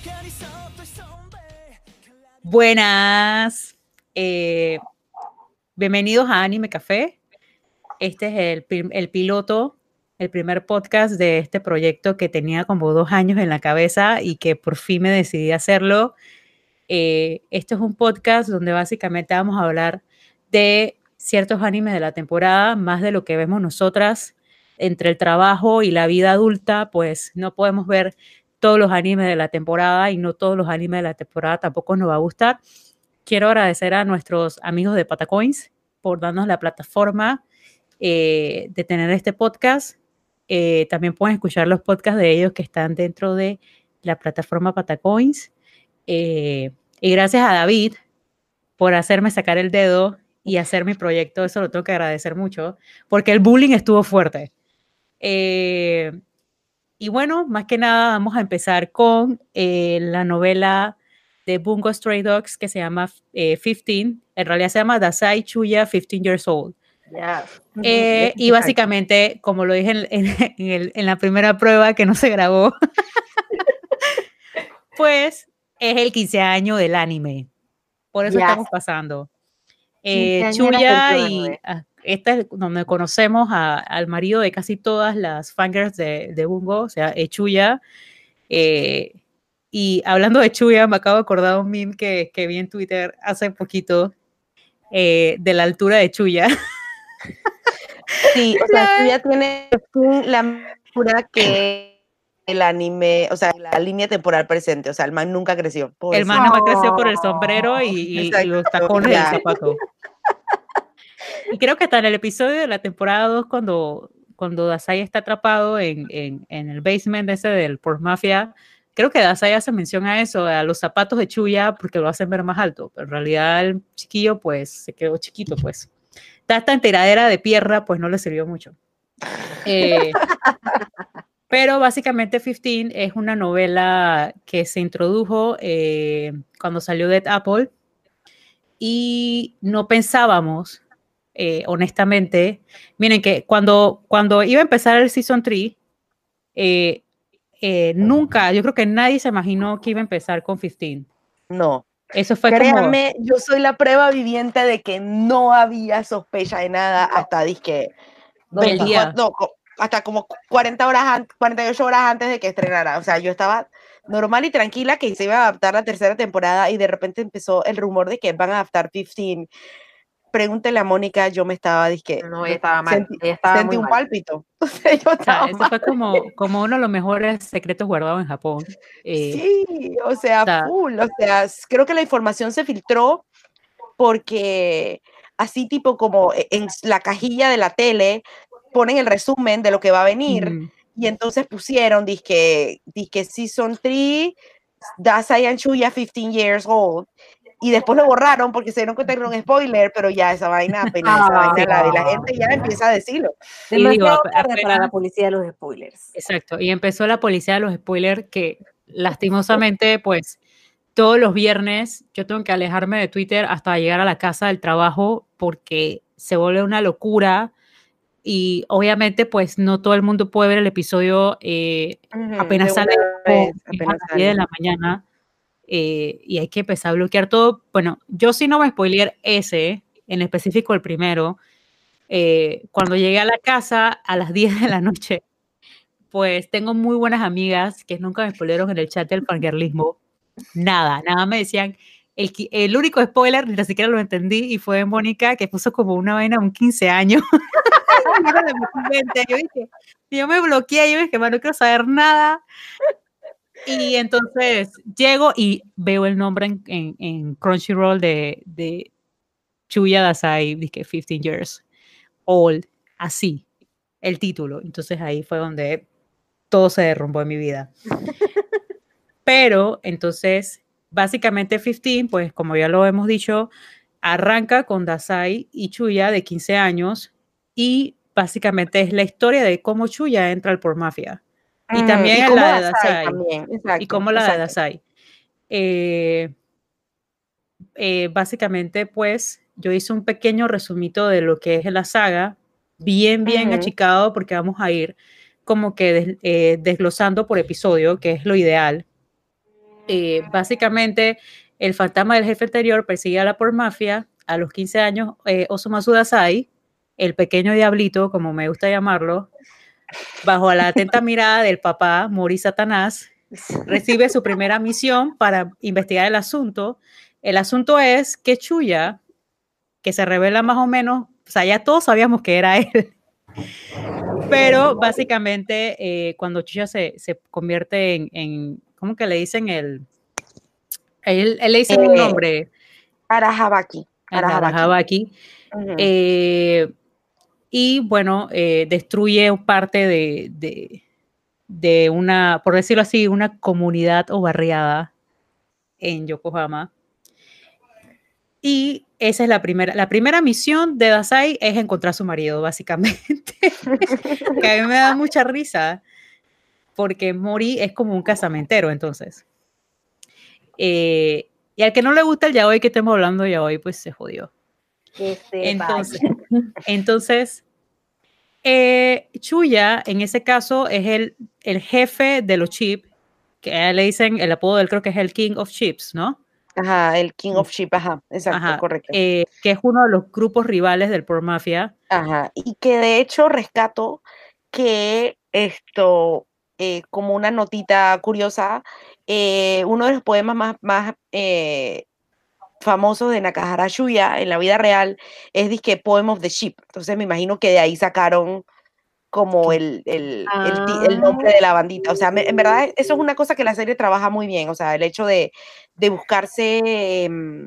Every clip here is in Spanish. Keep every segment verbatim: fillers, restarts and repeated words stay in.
Buenas, eh, bienvenidos a Anime Café. Este es el, el piloto, el primer podcast de este proyecto que tenía como dos años en la cabeza y que por fin me decidí a hacerlo. Eh, este es un podcast donde básicamente vamos a hablar de ciertos animes de la temporada, más de lo que vemos nosotras entre el trabajo y la vida adulta, pues no podemos ver todos los animes de la temporada y no todos los animes de la temporada tampoco nos va a gustar. Quiero agradecer a nuestros amigos de Patacoins por darnos la plataforma eh, de tener este podcast. Eh, también pueden escuchar los podcasts de ellos que están dentro de la plataforma Patacoins. Eh, y gracias a David por hacerme sacar el dedo y hacer mi proyecto. Eso lo tengo que agradecer mucho, porque el bullying estuvo fuerte. Eh, y bueno, más que nada vamos a empezar con eh, la novela de Bungo Stray Dogs que se llama eh, quince, en realidad se llama Dasai Chuya quince Years Old. Yeah. Eh, y básicamente, como lo dije en, en, en, el, en la primera prueba que no se grabó, pues es el quince años del anime. Por eso yes. estamos pasando. Eh, Chuya y ah, esta es donde conocemos a, al marido de casi todas las fangirls de, de Bungo, o sea, eh, Chuya. Eh, y hablando de Chuya, me acabo de acordar un meme que, que vi en Twitter hace poquito eh, de la altura de Chuya. Sí, o sea, Chuya tiene la altura que el anime, o sea, la línea temporal presente, o sea, el man nunca creció. El man nunca creció por el sombrero y, y, y los tacones del zapato. Y creo que hasta en el episodio de la temporada dos, cuando, cuando Dasai está atrapado en, en, en el basement ese del Port Mafia, creo que Dasai hace mención a eso, a los zapatos de Chuya, porque lo hacen ver más alto. Pero en realidad el chiquillo, pues, se quedó chiquito, pues. Esta enteradera de pierna, pues, no le sirvió mucho. Eh, pero básicamente quince es una novela que se introdujo eh, cuando salió Dead Apple y no pensábamos, eh, honestamente, miren que cuando, cuando iba a empezar el Season tres, eh, eh, nunca, yo creo que nadie se imaginó que iba a empezar con quince. No. Eso fue Créanme, como... yo soy la prueba viviente de que no había sospecha de nada hasta disque veinticuatro, no, hasta como cuarenta horas, cuarenta y ocho horas antes de que estrenara. O sea, yo estaba normal y tranquila que se iba a adaptar la tercera temporada y de repente empezó el rumor de que van a adaptar quince. Pregúntele a Mónica, yo me estaba disque. No, ella estaba mal. Sentí, ella estaba sentí muy un mal. pálpito. O sea, yo o sea, eso mal. Fue como, como uno de los mejores secretos guardados en Japón. Eh, sí, o sea, o sea, full. O sea, creo que la información se filtró porque así tipo como en la cajilla de la tele ponen el resumen de lo que va a venir mm. y entonces pusieron disque, disque Season tres, Dasai and Chuya quince years old. Y después lo borraron porque se dieron cuenta que era un spoiler, pero ya esa vaina apenas, ah, esa vaina la, y la gente ya empieza a decirlo. Demasiado tarde para la policía de los spoilers. Exacto, y empezó la policía de los spoilers que lastimosamente, pues, todos los viernes yo tengo que alejarme de Twitter hasta llegar a la casa del trabajo porque se vuelve una locura y obviamente, pues, no todo el mundo puede ver el episodio eh, uh-huh, apenas sale vez, apenas a las diez de la mañana. Eh, y hay que empezar a bloquear todo. Bueno, yo sí no me spoileé ese, en específico el primero. Eh, cuando llegué a la casa a las diez de la noche, pues tengo muy buenas amigas que nunca me spoilearon en el chat del fangirlismo. Nada, nada me decían. El, el único spoiler, ni siquiera lo entendí, y fue de Mónica, que puso como una vaina un quince años. yo dije, yo me bloqueé, yo dije, no quiero saber nada. Y entonces llego y veo el nombre en, en, en Crunchyroll de, de Chuya Dasai, dije quince years old, así, el título. Entonces ahí fue donde todo se derrumbó en mi vida. Pero entonces, básicamente quince, pues como ya lo hemos dicho, arranca con Dasai y Chuya de quince años y básicamente es la historia de cómo Chuya entra al Port Mafia. Y mm, también y la de Dasai. También. Exacto, y como la exacto. de Dasai. Eh, eh, básicamente, pues, yo hice un pequeño resumito de lo que es la saga, bien, bien uh-huh. achicado, porque vamos a ir como que des, eh, desglosando por episodio, que es lo ideal. eh, básicamente el fantasma del jefe anterior persigue a la por mafia. A los quince años, eh, Osamu Dazai, el pequeño diablito, como me gusta llamarlo, bajo la atenta mirada del papá, Mori Satanás, recibe su primera misión para investigar el asunto. El asunto es que Chuya, que se revela más o menos, o sea, ya todos sabíamos que era él, pero básicamente eh, cuando Chuya se, se convierte en, en, ¿cómo que le dicen? El, él, él le dicen eh, un nombre. Arahabaki. Arahabaki. Uh-huh. eh, y bueno, eh, destruye parte de, de, de una, por decirlo así, una comunidad o barriada en Yokohama. Y esa es la primera, la primera misión de Dazai es encontrar a su marido, básicamente. Que a mí me da mucha risa, porque Mori es como un casamentero, entonces. Eh, y al que no le gusta el yaoi, que estemos hablando de yaoi, pues se jodió. Este entonces, entonces eh, Chuya, en ese caso, es el, el jefe de los chips, que le dicen, el apodo del creo que es el King of Chips, ¿no? Ajá, el King of Chip, ajá, exacto, ajá, correcto. Eh, que es uno de los grupos rivales del Por Mafia. Ajá, y que de hecho rescato que esto, eh, como una notita curiosa, eh, uno de los poemas más, más eh, famosos de Nakahara Shuya en la vida real es disque Poem of the Ship. Entonces me imagino que de ahí sacaron como el, el, ah. el, el nombre de la bandita. O sea, me, en verdad eso es una cosa que la serie trabaja muy bien. O sea, el hecho de, de buscarse eh,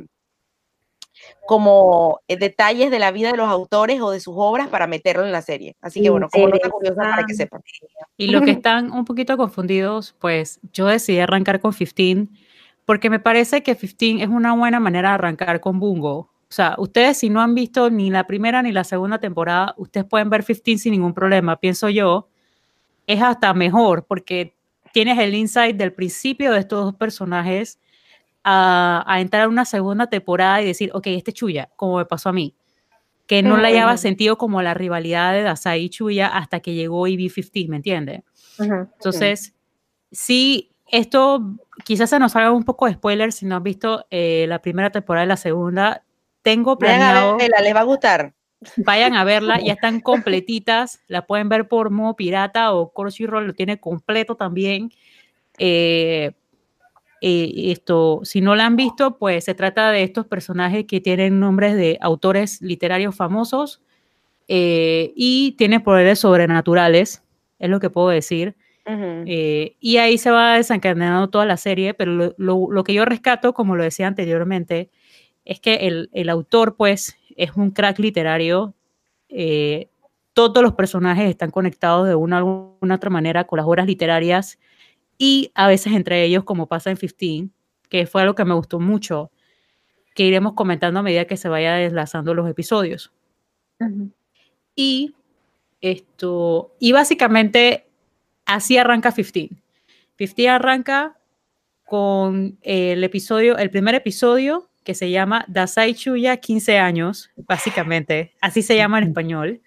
como eh, detalles de la vida de los autores o de sus obras para meterlo en la serie. Así que bueno, como nota curiosa para que sepan. Y los que están un poquito confundidos, pues yo decidí arrancar con quince porque me parece que quince es una buena manera de arrancar con Bungo. O sea, ustedes si no han visto ni la primera ni la segunda temporada, ustedes pueden ver quince sin ningún problema, pienso yo. Es hasta mejor porque tienes el insight del principio de estos dos personajes a, a entrar a una segunda temporada y decir, ok, este Chuya, como me pasó a mí. Que no uh-huh. le hallaba sentido como la rivalidad de Dazai y Chuya hasta que llegó E B quince, ¿me entiendes? Uh-huh. Entonces, sí, esto quizás se nos haga un poco de spoiler si no has visto eh, la primera temporada y la segunda. Tengo planeado... Vayan a verla, les va a gustar. Vayan a verla, ya están completitas, la pueden ver por modo pirata o Crunchyroll lo tiene completo también. Eh, eh, esto, si no la han visto, pues se trata de estos personajes que tienen nombres de autores literarios famosos eh, y tienen poderes sobrenaturales, es lo que puedo decir. Uh-huh. Eh, y ahí se va desencadenando toda la serie, pero lo, lo, lo que yo rescato, como lo decía anteriormente, es que el, el autor, pues, es un crack literario. Eh, todos los personajes están conectados de una u otra manera con las obras literarias y a veces entre ellos, como pasa en quince, que fue algo que me gustó mucho, que iremos comentando a medida que se vaya deslazando los episodios. Uh-huh. Y esto, y básicamente así arranca quince. quince arranca con el episodio, el primer episodio que se llama Dazai Chuya, quince años, básicamente, así se llama en español.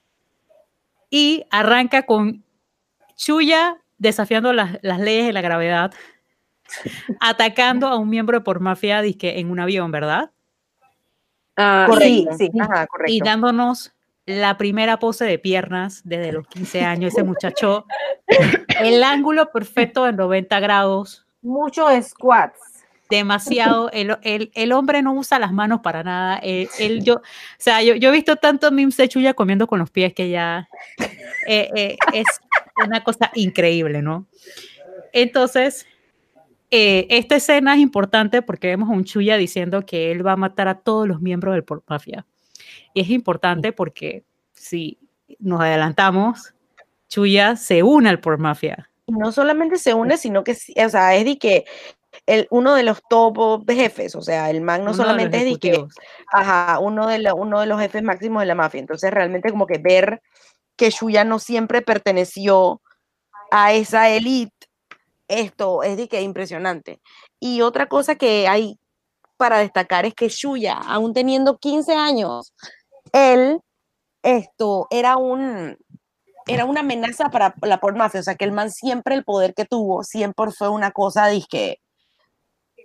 Y arranca con Chuya desafiando las, las leyes de la gravedad, atacando a un miembro de Por Mafia disque en un avión, ¿verdad? Uh, correcto. Sí, sí. Ajá, correcto. Y dándonos la primera pose de piernas desde los quince años, ese muchacho, el ángulo perfecto de noventa grados. Muchos squats. Demasiado, el, el, el hombre no usa las manos para nada. El, el, yo, o sea, yo, yo he visto tantos memes de Chuya comiendo con los pies que ya eh, eh, es una cosa increíble, ¿no? Entonces, eh, esta escena es importante porque vemos a un Chuya diciendo que él va a matar a todos los miembros del Por Mafia. Y es importante porque si nos adelantamos, Chuya se une al Por Mafia. Y no solamente se une, sino que, o sea, es de que el, uno de los top jefes, o sea, el man no uno solamente es de que, ajá, uno de, la, uno de los jefes máximos de la mafia. Entonces, realmente como que ver que Chuya no siempre perteneció a esa élite, esto es de que impresionante. Y otra cosa que hay para destacar es que Chuya, aún teniendo quince años, él, esto, era un... era una amenaza para la Por Mafia, o sea, que el man siempre, el poder que tuvo, siempre fue una cosa, dizque,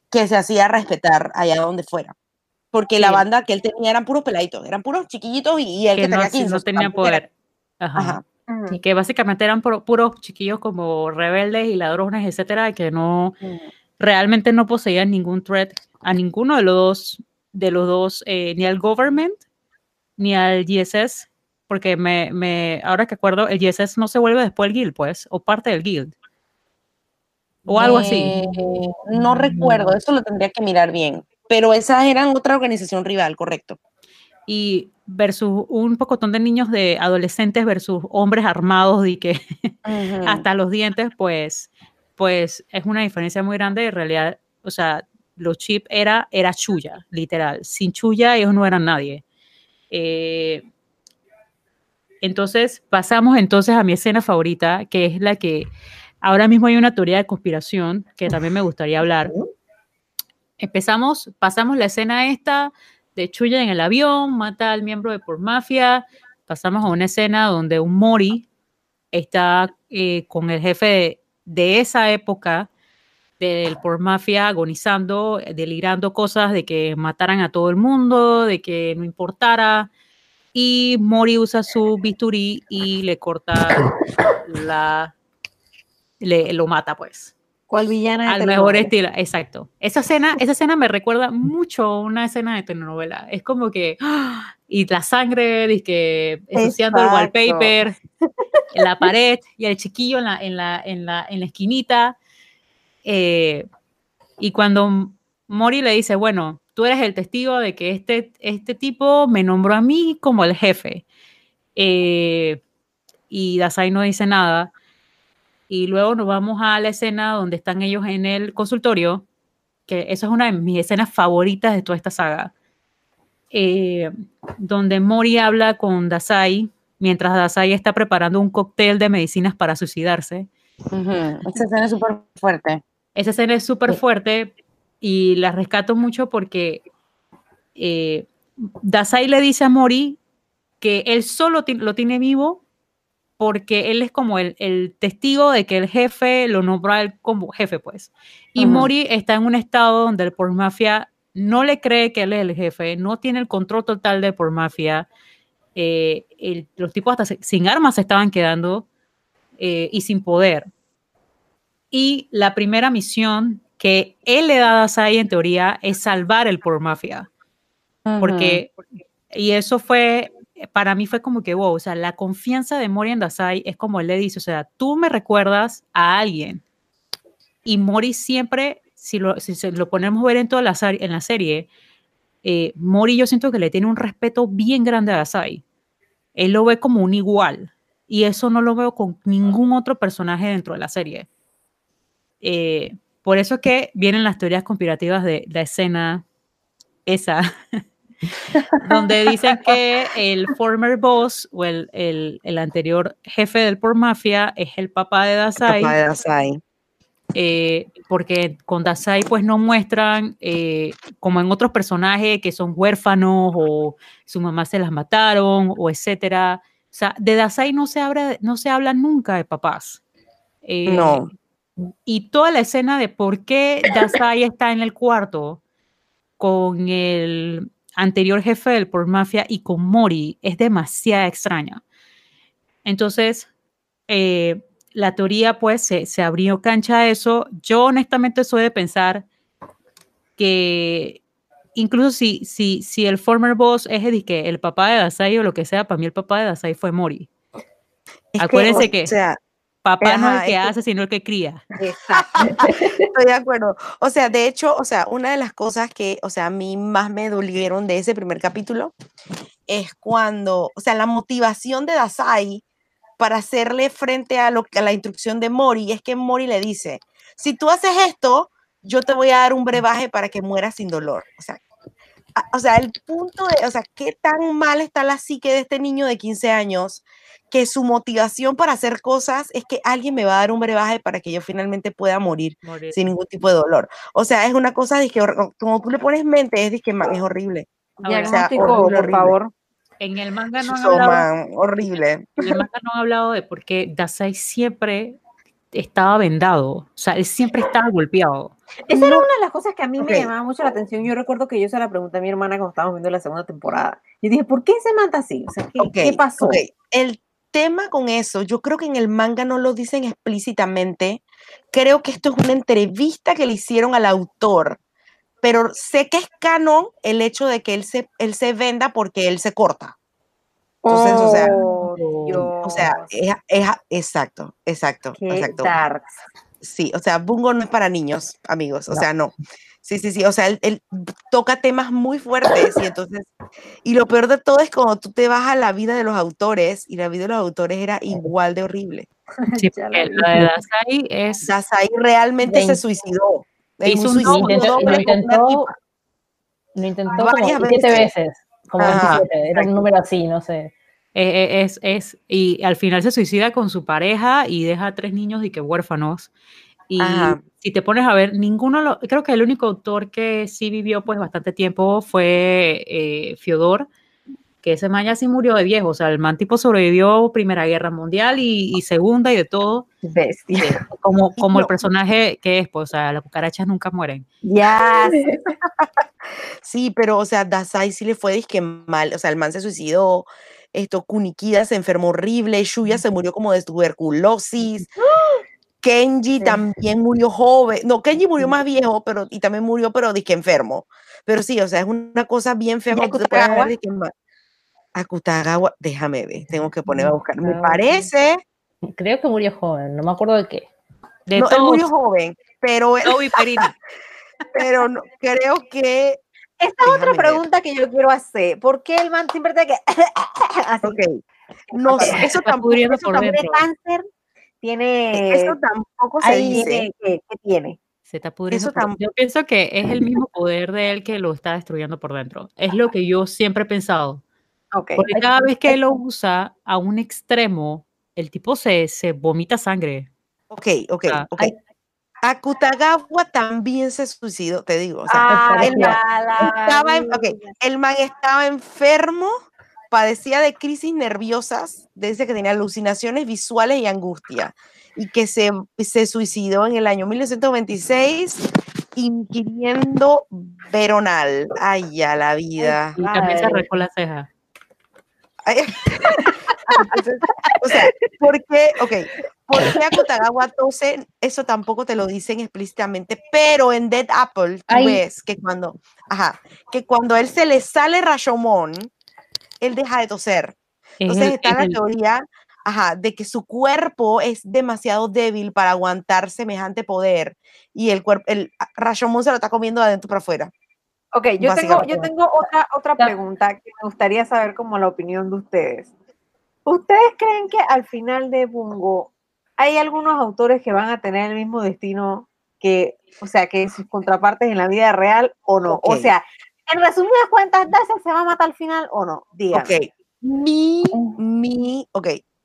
que se hacía respetar allá donde fuera. Porque sí. La banda que él tenía eran puros peladitos, eran puros chiquillitos y, y él que, que no, tenía quince. No tenía poder. Era... Ajá. Ajá. Uh-huh. Y que básicamente eran pu- puros chiquillos como rebeldes y ladrones, etcétera, que no uh-huh. realmente no poseían ningún threat a ninguno de los dos, de los dos eh, ni al government ni al G S S, porque me, me, ahora que acuerdo, el G S S no se vuelve después el guild, pues, o parte del guild. O algo así. Eh, no recuerdo, eso lo tendría que mirar bien. Pero esas eran otra organización rival, correcto. Y versus un pocotón de niños de adolescentes versus hombres armados y que uh-huh. hasta los dientes, pues, pues es una diferencia muy grande. En realidad, o sea, los Chip era, era chulla, literal. Sin chulla ellos no eran nadie. Eh, entonces, pasamos entonces a mi escena favorita, que es la que ahora mismo hay una teoría de conspiración que también me gustaría hablar. Empezamos, pasamos la escena esta de Chuya en el avión, mata al miembro de Por Mafia, pasamos a una escena donde un Mori está eh, con el jefe de, de esa época del Por Mafia agonizando, delirando cosas de que mataran a todo el mundo, de que no importara, y Mori usa su bisturí y le corta la... Le, lo mata, pues. ¿Cuál villana? Al mejor estilo, exacto. Esa escena, esa escena me recuerda mucho a una escena de telenovela. Es como que, ¡oh! Y la sangre, y que ensuciando el wallpaper, en la pared, y el chiquillo en la, en la, en la, en la esquinita. Eh, y cuando Mori le dice, bueno, tú eres el testigo de que este, este tipo me nombró a mí como el jefe. Eh, y Dazai no dice nada. Y luego nos vamos a la escena donde están ellos en el consultorio, que eso es una de mis escenas favoritas de toda esta saga, eh, donde Mori habla con Dazai, mientras Dazai está preparando un cóctel de medicinas para suicidarse. Uh-huh. Esa escena es súper fuerte. Esa escena es súper sí. fuerte y la rescato mucho porque eh, Dazai le dice a Mori que él solo t- lo tiene vivo porque él es como el, el testigo de que el jefe lo nombró a él como jefe, pues. Y uh-huh. Mori está en un estado donde el Por Mafia no le cree que él es el jefe, no tiene el control total de Por Mafia. Eh, el, los tipos hasta se, sin armas se estaban quedando eh, y sin poder. Y la primera misión que él le da a Dazai, en teoría, es salvar el Por Mafia. Uh-huh. Porque, y eso fue... para mí fue como que, wow, o sea, la confianza de Mori en Dazai es como él le dice, o sea, tú me recuerdas a alguien. Y Mori siempre, si lo, si se lo ponemos a ver en toda la, en la serie, eh, Mori yo siento que le tiene un respeto bien grande a Dazai. Él lo ve como un igual. Y eso no lo veo con ningún otro personaje dentro de la serie. Eh, por eso es que vienen las teorías conspirativas de la escena esa... donde dicen que el former boss o el, el, el anterior jefe del Por Mafia es el papá de Dazai. Papá de Dazai. Eh, porque con Dazai pues no muestran eh, como en otros personajes que son huérfanos o su mamá se las mataron o etcétera. O sea, de Dazai no se habla, no se habla nunca de papás. Eh, no. Y toda la escena de por qué Dazai está en el cuarto con el anterior jefe del Por Mafia y con Mori es demasiado extraña. Entonces, eh, la teoría pues se, se abrió cancha a eso. Yo honestamente soy de pensar que incluso si, si, si el former boss es el, que el papá de Dazai o lo que sea, para mí el papá de Dazai fue Mori. Es Acuérdense que, o sea, que papá ajá, no es el que es hace, que... sino el que cría. Exacto. Estoy de acuerdo. O sea, de hecho, o sea, una de las cosas que, o sea, a mí más me dolieron de ese primer capítulo es cuando, o sea, la motivación de Dazai para hacerle frente a, lo, a la instrucción de Mori es que Mori le dice, si tú haces esto, yo te voy a dar un brebaje para que mueras sin dolor. O sea, a, o sea, el punto de, o sea, qué tan mal está la psique de este niño de quince años que su motivación para hacer cosas es que alguien me va a dar un brebaje para que yo finalmente pueda morir, morir. sin ningún tipo de dolor. O sea, es una cosa, dizque, como tú le pones mente, es, dizque, es horrible. Diagnóstico, o sea, horrible, por horrible. favor. En el manga no han so, hablado, man, horrible. En el manga no han hablado de por qué Dazai siempre estaba vendado. O sea, él siempre estaba golpeado. Esa no, era una de las cosas que a mí okay. me llamaba mucho la atención. Yo recuerdo que yo se la pregunté a mi hermana cuando estábamos viendo la segunda temporada. Y dije, ¿por qué se mata así? O sea, ¿qué, okay, ¿qué pasó? Okay. El tema con eso, yo creo que en el manga no lo dicen explícitamente. Creo que esto es una entrevista que le hicieron al autor, pero sé que es canon el hecho de que él se, él se venda porque él se corta. Entonces, oh, o sea, Dios. o sea, es, es, exacto, exacto, Qué exacto. dark. Sí, o sea, Bungo no es para niños, amigos, o no. sea, no. Sí, sí, sí, o sea, él, él toca temas muy fuertes y entonces, y lo peor de todo es cuando tú te vas a la vida de los autores y la vida de los autores era igual de horrible. Sí, porque la de Dazai es... Dazai realmente se suicidó. En hizo un un suicidio intentó, doble lo intentó, con una tipa. Lo intentó Varias como siete veces. veces, como Ajá, veintisiete, era un número así, no sé. Eh, es, es, y al final se suicida con su pareja y deja a tres niños y que huérfanos. Y Ajá. si te pones a ver, ninguno, lo, creo que el único autor que sí vivió pues bastante tiempo fue eh, Fyodor, que ese man ya sí murió de viejo, o sea, el man tipo sobrevivió Primera Guerra Mundial y, y Segunda y de todo. Bestia. Eh, como, como el personaje que es, pues, o sea, las cucarachas nunca mueren. Ya. Yes. Sí, pero, o sea, Dazai sí le fue disque mal, o sea, el man se suicidó, esto, Kunikida se enfermó horrible, Shuya se murió como de tuberculosis, Kenji sí. también murió joven, no, Kenji murió más viejo, pero, y también murió, pero disque enfermo, pero sí, o sea, es una cosa bien fea cuando tú te puedes ver disque mal. Akutagawa, déjame ver, tengo que ponerme a buscar, me parece... Creo que murió joven, no me acuerdo de qué. De no, todos. él murió joven, pero él... pero no, creo que... Esta es otra pregunta ver. que yo quiero hacer. ¿Por qué el man siempre te que así? Ok. No, eso tampoco, eso por tampoco dentro. tiene cáncer, tiene... Eso tampoco se ahí dice. Tiene, ¿qué, ¿Qué tiene? Se está pudriendo. Eso por... tam... Yo pienso que es el mismo poder de él que lo está destruyendo por dentro. Es lo que yo siempre he pensado. Okay. Porque cada vez que él lo usa a un extremo, el tipo se, se vomita sangre. Ok, ok, ah, ok. Akutagawa también se suicidó, te digo. O sea, ah, el, man estaba en, okay, el man estaba enfermo, padecía de crisis nerviosas, dice que tenía alucinaciones visuales y angustia, y que se, se suicidó en el año mil novecientos veintiséis ingiriendo Veronal. Ay, ya la vida. Y también se arrancó la ceja. Entonces, o sea, ¿por qué? Ok, ¿por qué Akutagawa tose? Eso tampoco te lo dicen explícitamente, pero en Dead Apple tú Ay. ves que cuando, ajá, que cuando él se le sale Rashomon, él deja de toser. Entonces el, está la el... teoría, ajá, de que su cuerpo es demasiado débil para aguantar semejante poder y el cuerpo, el Rashomon se lo está comiendo de adentro para afuera. Ok, yo tengo, yo tengo otra, otra pregunta que me gustaría saber como la opinión de ustedes. ¿Ustedes creen que al final de Bungo hay algunos autores que van a tener el mismo destino que, o sea, que sus contrapartes en la vida real o no? Okay. O sea, en resumidas cuentas, ¿Daza se va a matar al final o no? Díganme. Ok, mi, mi, ok,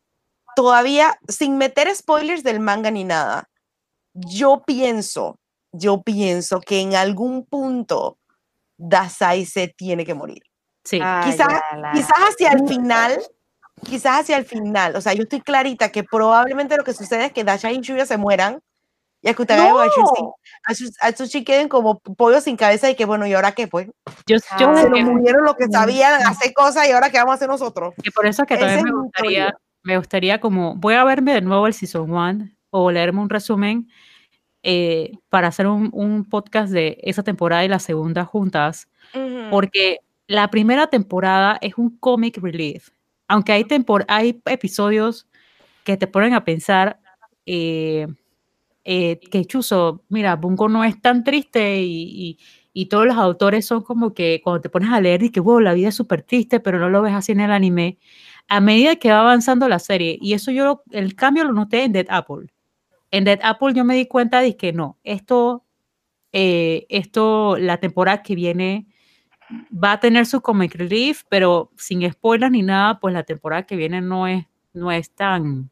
todavía sin meter spoilers del manga ni nada, yo pienso, yo pienso que en algún punto Dazai se tiene que morir. Sí. Ah, quizás, ya, la... quizás hacia el final, quizás hacia el final, o sea, yo estoy clarita que probablemente lo que sucede es que Dazai y Shuya se mueran y Akutagawa no. y Atsushi queden como pollos sin cabeza y que bueno, ¿y ahora qué pues? Yo, yo ah, se que, nos murieron los que sabían hacer cosas y ahora qué vamos a hacer nosotros. Que por eso que también me gustaría, me gustaría como, voy a verme de nuevo el Season uno o leerme un resumen eh, para hacer un, un podcast de esa temporada y la segunda juntas, uh-huh. porque la primera temporada es un comic relief, aunque hay, tempor hay episodios que te ponen a pensar eh, eh, que chuzo, mira, Bungo no es tan triste y, y, y todos los autores son como que cuando te pones a leer y que wow, la vida es súper triste, pero no lo ves así en el anime, a medida que va avanzando la serie, y eso yo, el cambio lo noté en Dead Apple. En Dead Apple yo me di cuenta de que no, esto, eh, esto, la temporada que viene va a tener su comic relief, pero sin spoilers ni nada, pues la temporada que viene no es, no es tan...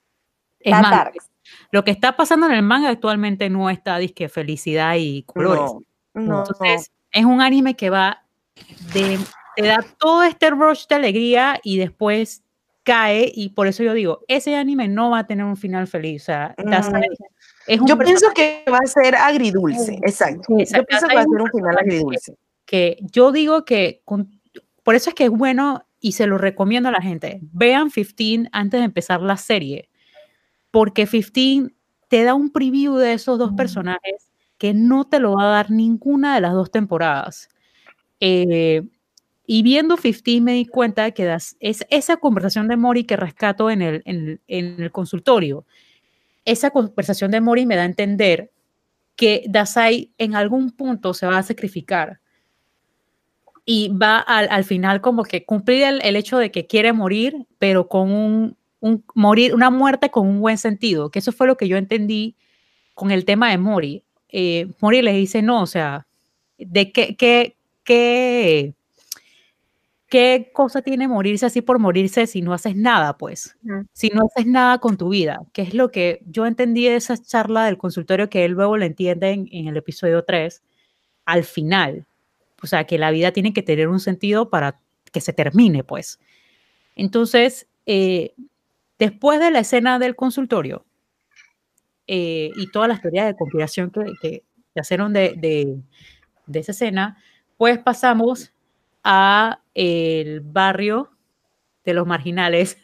Es tan más, dark. Lo que está pasando en el manga actualmente no está disque felicidad y colores. No, no. Entonces, es un anime que va de, te da todo este rush de alegría y después cae, y por eso yo digo, ese anime no va a tener un final feliz. O sea, Dazai Mm. es un Yo pienso personaje- que va a ser agridulce, exacto. Sí, Yo pienso que va a Dazai es ser un final personaje agridulce. que yo digo que con- por eso es que es bueno y se lo recomiendo a la gente. Vean quince antes de empezar la serie, porque quince te da un preview de esos dos personajes que no te lo va a dar ninguna de las dos temporadas. Eh, y viendo quince me di cuenta que das, es esa conversación de Mori que rescato en el, en, en el consultorio. Esa conversación de Mori me da a entender que Dazai en algún punto se va a sacrificar y va al, al final como que cumplir el, el hecho de que quiere morir, pero con un, un morir, una muerte con un buen sentido, que eso fue lo que yo entendí con el tema de Mori. Eh, Mori le dice, no, o sea, ¿de qué, qué, qué, qué cosa tiene morirse así por morirse si no haces nada, pues? Ujú. Si no haces nada con tu vida, que es lo que yo entendí de esa charla del consultorio que él luego le entiende en, en el episodio tres, al final. O sea, que la vida tiene que tener un sentido para que se termine, pues. Entonces, eh, después de la escena del consultorio eh, y todas las teorías de conspiración que, que se hicieron de, de, de esa escena, pues pasamos a el barrio de los marginales,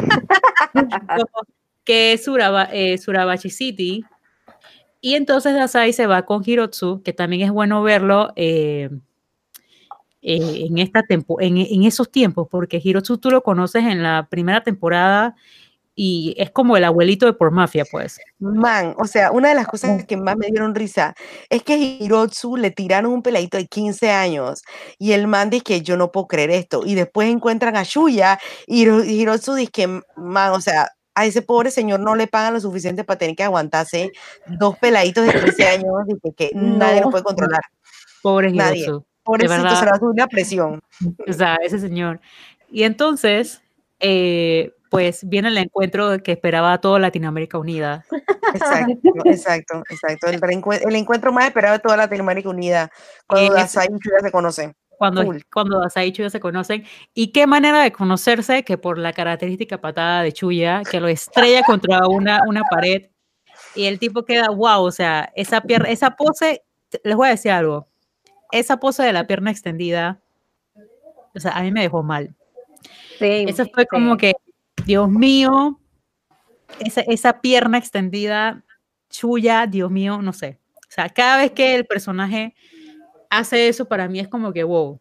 que es Suraba, eh, Surabashi City. Y entonces Dazai se va con Hirotsu, que también es bueno verlo eh, eh, en, esta tempo, en, en esos tiempos, porque Hirotsu tú lo conoces en la primera temporada y es como el abuelito de Por Mafia, pues. Man, o sea, una de las cosas que más me dieron risa es que a Hirotsu le tiraron un peladito de quince años y el man dice que yo no puedo creer esto. Y después encuentran a Shuya y Hiro- Hirotsu dice que, man, o sea, a ese pobre señor no le pagan lo suficiente para tener que aguantarse dos peladitos de quince años y que, que nadie lo No. puede controlar. Pobre Nadie. Hirotsu. De Pobrecito, verdad. se le va a subir la presión. O sea, ese señor. Y entonces, eh, pues viene el encuentro que esperaba a toda Latinoamérica unida. Exacto, exacto, exacto. El, reencue- el encuentro más esperado de toda Latinoamérica Unida, Y cuando en Dazai y Shuya se conocen. Cuando, Full. cuando Dazai y Chuya se conocen. Y qué manera de conocerse que por la característica patada de Chuya, que lo estrella contra una, una pared. Y el tipo queda, wow, o sea, esa, pierna, esa pose, les voy a decir algo, esa pose de la pierna extendida, o sea, a mí me dejó mal. Sí, Eso fue como sí. que, Dios mío, esa, esa pierna extendida, Chuya, Dios mío, no sé. O sea, cada vez que el personaje hace eso, para mí es como que, wow.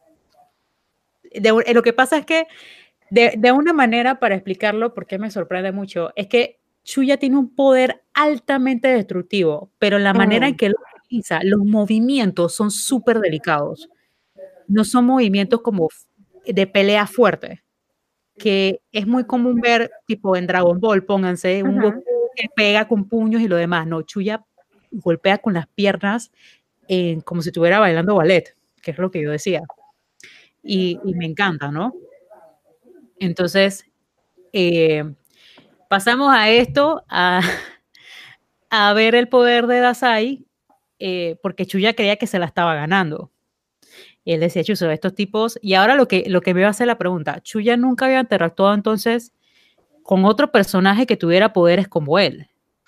De, lo que pasa es que, de, de una manera para explicarlo, porque me sorprende mucho, es que Chuya tiene un poder altamente destructivo, pero la manera en Mm. que él lo utiliza, los movimientos son súper delicados. No son movimientos como de pelea fuerte, que es muy común ver, tipo en Dragon Ball, pónganse, un Ujú. Goku que pega con puños y lo demás. No, Chuya golpea con las piernas eh, como si estuviera bailando ballet, que es lo que yo decía. Y, y me encanta, ¿no? Entonces, eh, pasamos a esto, a, a ver el poder de Dazai, eh, porque Chuya creía que se la estaba ganando. Y él decía, Chuso, estos tipos, y ahora lo que, lo que veo hacer la pregunta, Chuya nunca había interactuado entonces con otro personaje que tuviera poderes como él.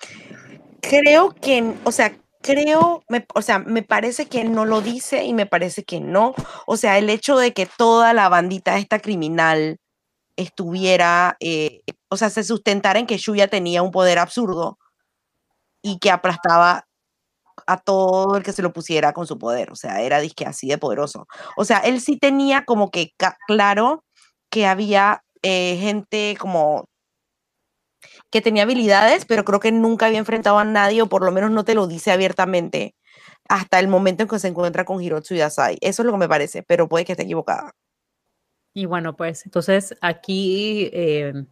Creo que, o sea, creo, me, o sea, me parece que no lo dice y me parece que no. O sea, el hecho de que toda la bandita esta criminal estuviera, eh, o sea, se sustentara en que Shuya tenía un poder absurdo y que aplastaba a todo el que se lo pusiera con su poder. O sea, era disque así de poderoso. O sea, él sí tenía como que claro que había eh, gente como que tenía habilidades, pero creo que nunca había enfrentado a nadie, o por lo menos no te lo dice abiertamente, hasta el momento en que se encuentra con Hirotsu y Dazai. Eso es lo que me parece, pero puede que esté equivocada. Y bueno, pues entonces aquí, eh,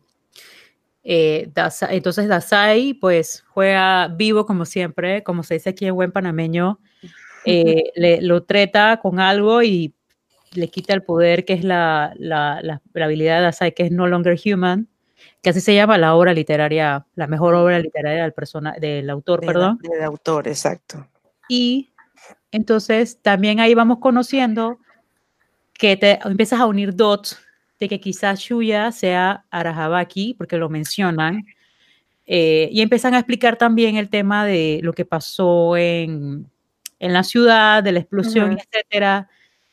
eh, Dazai, entonces Dazai pues juega vivo como siempre, como se dice aquí en buen panameño, eh, le, lo treta con algo y le quita el poder, que es la, la, la, la habilidad de Dazai, que es No Longer Human, que así se llama la obra literaria, la mejor obra literaria del, persona, del autor, de perdón. La, del autor, exacto. Y entonces también ahí vamos conociendo que te empiezas a unir dots de que quizás Shuya sea Arahabaki, porque lo mencionan, eh, y empiezan a explicar también el tema de lo que pasó en, en la ciudad, de la explosión, uh-huh. etcétera.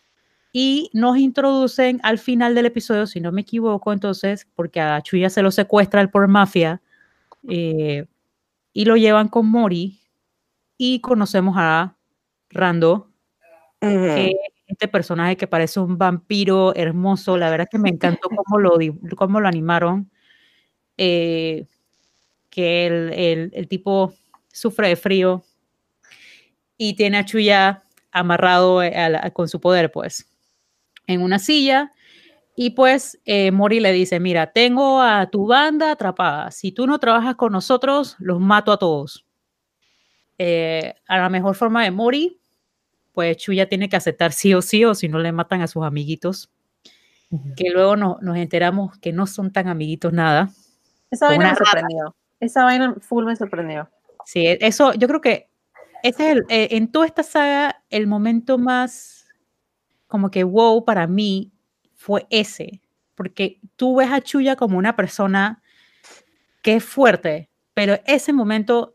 Y nos introducen al final del episodio, si no me equivoco, entonces, porque a Chuya se lo secuestra el por mafia, eh, y lo llevan con Mori, y conocemos a Rando, uh-huh. que es este personaje que parece un vampiro hermoso. La verdad es que me encantó cómo lo, cómo lo animaron, eh, que el, el, el tipo sufre de frío y tiene a Chuya amarrado a la, con su poder, pues, en una silla. Y pues eh, Mori le dice, mira, tengo a tu banda atrapada. Si tú no trabajas con nosotros, los mato a todos. Eh, a la mejor forma de Mori, pues Chuya tiene que aceptar sí o sí, o si no le matan a sus amiguitos. Uh-huh. Que luego no, nos enteramos que no son tan amiguitos nada. Esa vaina me sorprendió. Esa vaina full me sorprendió. Sí, eso, yo creo que ese es el, eh, en toda esta saga, el momento más como que wow para mí fue ese, porque tú ves a Chuya como una persona que es fuerte, pero ese momento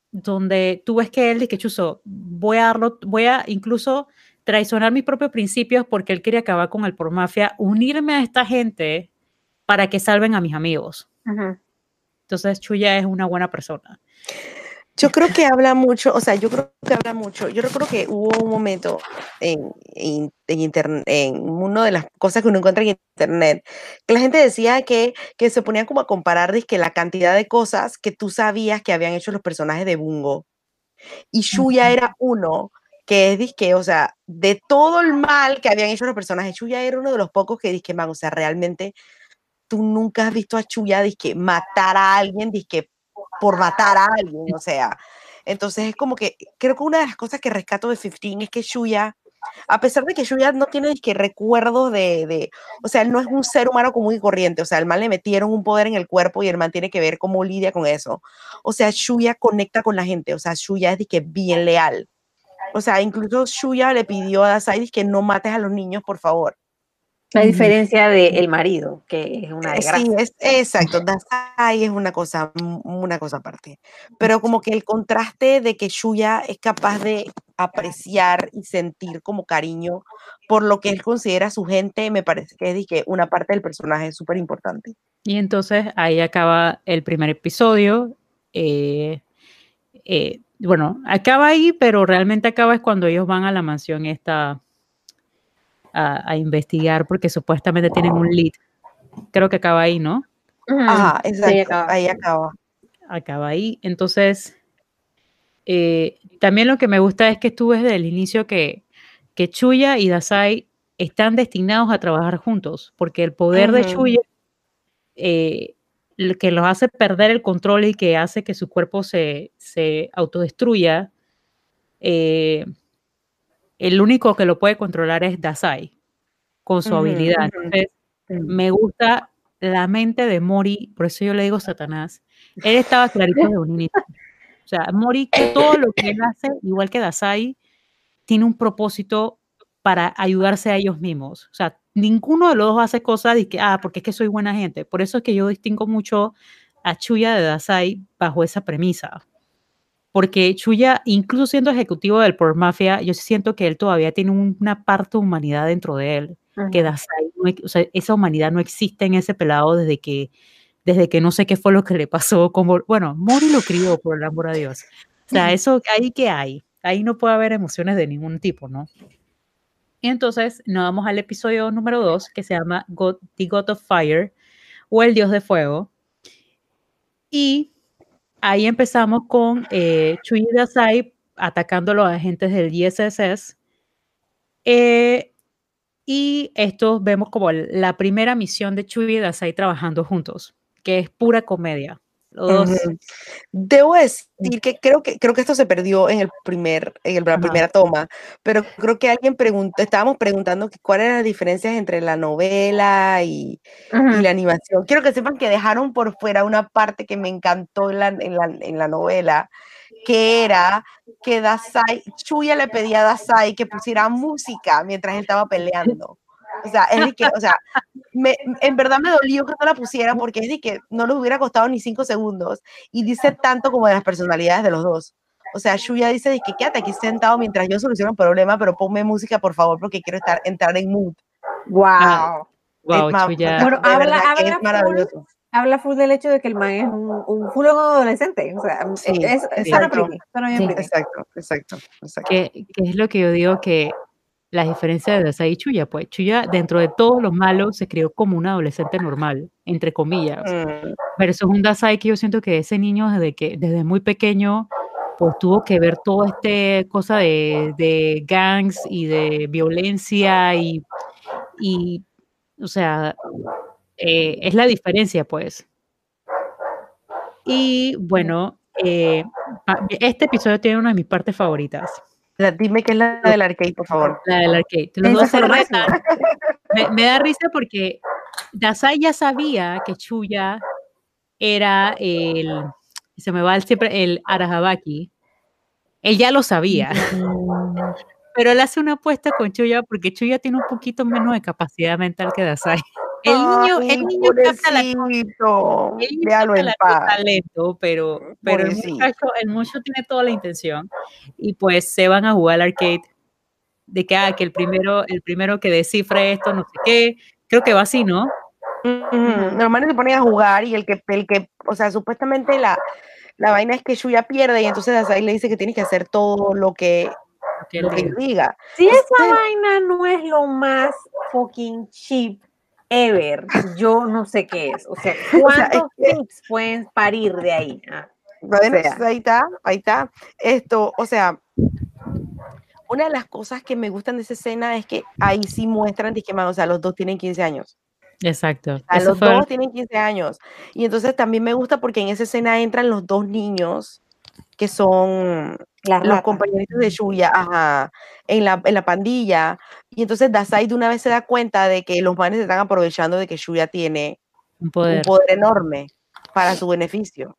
donde tú ves que él dice, Chuzo, voy a darlo, voy a incluso traicionar mis propios principios porque él quería acabar con el por mafia, unirme a esta gente para que salven a mis amigos. Uh-huh. Entonces Chuya es una buena persona. Yo creo que habla mucho, o sea, yo creo que habla mucho, yo creo que hubo un momento en, en, en internet, en una de las cosas que uno encuentra en internet, que la gente decía que, que se ponían como a comparar dizque, la cantidad de cosas que tú sabías que habían hecho los personajes de Bungo. Y Shuya era uno que es, dizque, o sea, de todo el mal que habían hecho los personajes, Shuya era uno de los pocos que, dizque, man, o sea, realmente tú nunca has visto a Shuya, dizque, matar a alguien, dizque, por matar a alguien, o sea, entonces es como que, creo que una de las cosas que rescato de quince es que Shuya, a pesar de que Shuya no tiene que recuerdos de, de, o sea, él no es un ser humano común y corriente, o sea, el man le metieron un poder en el cuerpo y el man tiene que ver cómo lidia con eso, o sea, Shuya conecta con la gente, o sea, Shuya es de que bien leal, o sea, incluso Shuya le pidió a Dasai que no mates a los niños, por favor. La diferencia del marido, que es una desgracia. Sí, es, exacto, Dasai es una cosa, una cosa aparte. Pero como que el contraste de que Shuya es capaz de apreciar y sentir como cariño por lo que él considera su gente, me parece que es que una parte del personaje súper importante. Y entonces ahí acaba el primer episodio. Eh, eh, bueno, acaba ahí, pero realmente acaba es cuando ellos van a la mansión esta a, a investigar porque supuestamente tienen un lead. Creo que acaba ahí, ¿no? Ajá, exacto, sí, acaba. Ahí acaba. Acaba ahí. Entonces, eh, también lo que me gusta es que tú ves desde el inicio que, que Chuya y Dasai están destinados a trabajar juntos, porque el poder uh-huh. de Chuya, eh, que los hace perder el control y que hace que su cuerpo se, se autodestruya, eh, el único que lo puede controlar es Dasai, con su uh-huh, habilidad. Uh-huh. Entonces, uh-huh. me gusta la mente de Mori, por eso yo le digo Satanás. Él estaba clarito de un inicio. O sea, Mori, que todo lo que él hace, igual que Dasai, tiene un propósito para ayudarse a ellos mismos. O sea, ninguno de los dos hace cosas de que, ah, porque es que soy buena gente. Por eso es que yo distingo mucho a Chuya de Dasai bajo esa premisa. Porque Chuya, incluso siendo ejecutivo del por mafia, yo siento que él todavía tiene una parte de humanidad dentro de él. Uh-huh. Que Dasai, no, o sea, esa humanidad no existe en ese pelado desde que, desde que no sé qué fue lo que le pasó. Como, bueno, Mori lo crió, por el amor a Dios. O sea, eso ahí que hay. Ahí no puede haber emociones de ningún tipo, ¿no? Y entonces nos vamos al episodio número dos, que se llama God, The God of Fire, o El Dios de Fuego. Y ahí empezamos con eh, Chuy y Dasai atacando a los agentes del D S S S. Eh, y esto vemos como la primera misión de Chuy y Dasai trabajando juntos, que es pura comedia. Los dos. Uh-huh. Debo decir que creo que creo que esto se perdió en el primer en el, la Ajá. primera toma, pero creo que alguien preguntó, estábamos preguntando cuáles eran las diferencias entre la novela y, uh-huh. y la animación. Quiero que sepan que dejaron por fuera una parte que me encantó en la, en la, en la novela, que era que Dasai, Chuya le pedía a Dasai que pusiera música mientras él estaba peleando. O sea, es que, o sea, me, en verdad me dolió que no la pusiera porque es de que no les hubiera costado ni cinco segundos y dice tanto como de las personalidades de los dos. O sea, Shuya dice de que quédate aquí sentado mientras yo soluciono el problema, pero ponme música por favor porque quiero estar, entrar en mood. Wow. Ah, wow, ma- Chuya. Bueno, de habla, verdad que habla es maravilloso. Habla full del hecho de que el man es un, un full on adolescente. O sea, Sí, es, es, exacto. suena pretty, suena bien Sí. pretty. Exacto, exacto, exacto. Que, que es lo que yo digo que la diferencia de Dasai y Chuya, pues Chuya dentro de todo lo malo se crió como un adolescente normal, entre comillas, Mm, versus un Dasai que yo siento que ese niño desde que desde muy pequeño pues tuvo que ver toda esta cosa de, de gangs y de violencia y, y o sea, eh, es la diferencia pues. Y bueno, eh, pa- este episodio tiene una de mis partes favoritas. la- dime que es la del arcade, por favor. La del arcade. Los Esa dos fue se lo máximo. retan. Me, me da risa porque Dasai ya sabía que Chuya era el, se me va el, siempre el Arahabaki. Él ya lo sabía, Mm, pero él hace una apuesta con Chuya porque Chuya tiene un poquito menos de capacidad mental que Dasai. El niño, el Ay, niño capta la cosa, pobrecito. el niño Déjalo capta en la paz. cosa lento, pero, pero el Pobrecito. muchacho, el muchacho tiene toda la intención. Y pues se van a jugar al arcade de que, ah, que el primero, el primero que descifre esto, no sé qué. Creo que va así, ¿no? Ujú. Normalmente se ponen a jugar y el que, el que, o sea, supuestamente la, la vaina es que Shuya pierde y entonces Dasai le dice que tienes que hacer todo lo que, Lo que él lo que diga. yo diga. Si esa Entonces, vaina no es lo más fucking cheap ever, yo no sé qué es. O sea, ¿cuántos es que- tips pueden parir de ahí? Ah, bueno, o sea. ahí está, ahí está. Esto, o sea, una de las cosas que me gustan de esa escena es que ahí sí muestran que, man, o sea, los dos tienen quince años. Exacto. O sea, Eso los fue dos tienen quince años. Y entonces también me gusta porque en esa escena entran los dos niños que son Las los ratas. compañeritos de Shuya, ajá, en la, en la pandilla. Y entonces Dasai de una vez se da cuenta de que los manes se están aprovechando de que Shuya tiene un poder. un poder enorme para su beneficio.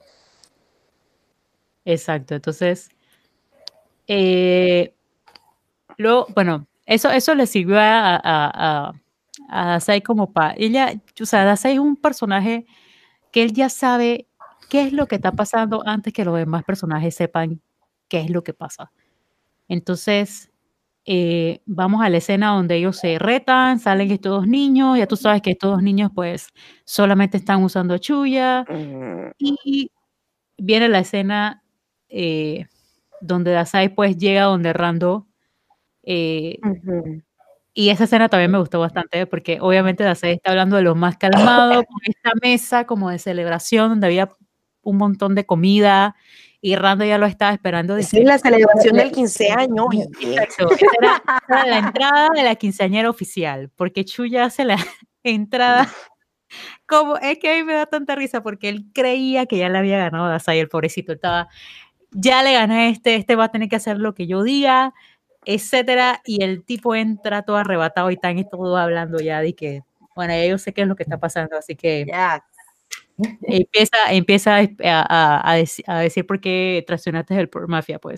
Exacto. Entonces, eh, lo, bueno, eso, eso le sirvió a, a, a, a Dasai como para ella, o sea, Dasai es un personaje que él ya sabe qué es lo que está pasando antes que los demás personajes sepan qué es lo que pasa. Entonces, eh, vamos a la escena donde ellos se retan, salen estos dos niños, ya tú sabes que estos dos niños pues solamente están usando Chuya Mm, y viene la escena eh, donde Dasai pues llega donde Rando eh, ujú. y esa escena también me gustó bastante porque obviamente Dasai está hablando de lo más calmado, con esta mesa como de celebración donde había un montón de comida y Rando ya lo estaba esperando. Esa es Dice, la celebración del quince años. Oye. exacto, esa era, esa era la entrada de la quinceañera oficial, porque Chuya hace la entrada como, es que a mí me da tanta risa porque él creía que ya le había ganado a Dasai, el pobrecito, estaba, ya le gané a este, este va a tener que hacer lo que yo diga, etcétera, y el tipo entra todo arrebatado y están todos hablando ya de que, bueno, ya yo sé qué es lo que está pasando, así que Ya. empieza, empieza a, a, a, dec a decir por qué traicionaste el Mafia, pues.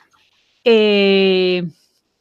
Eh,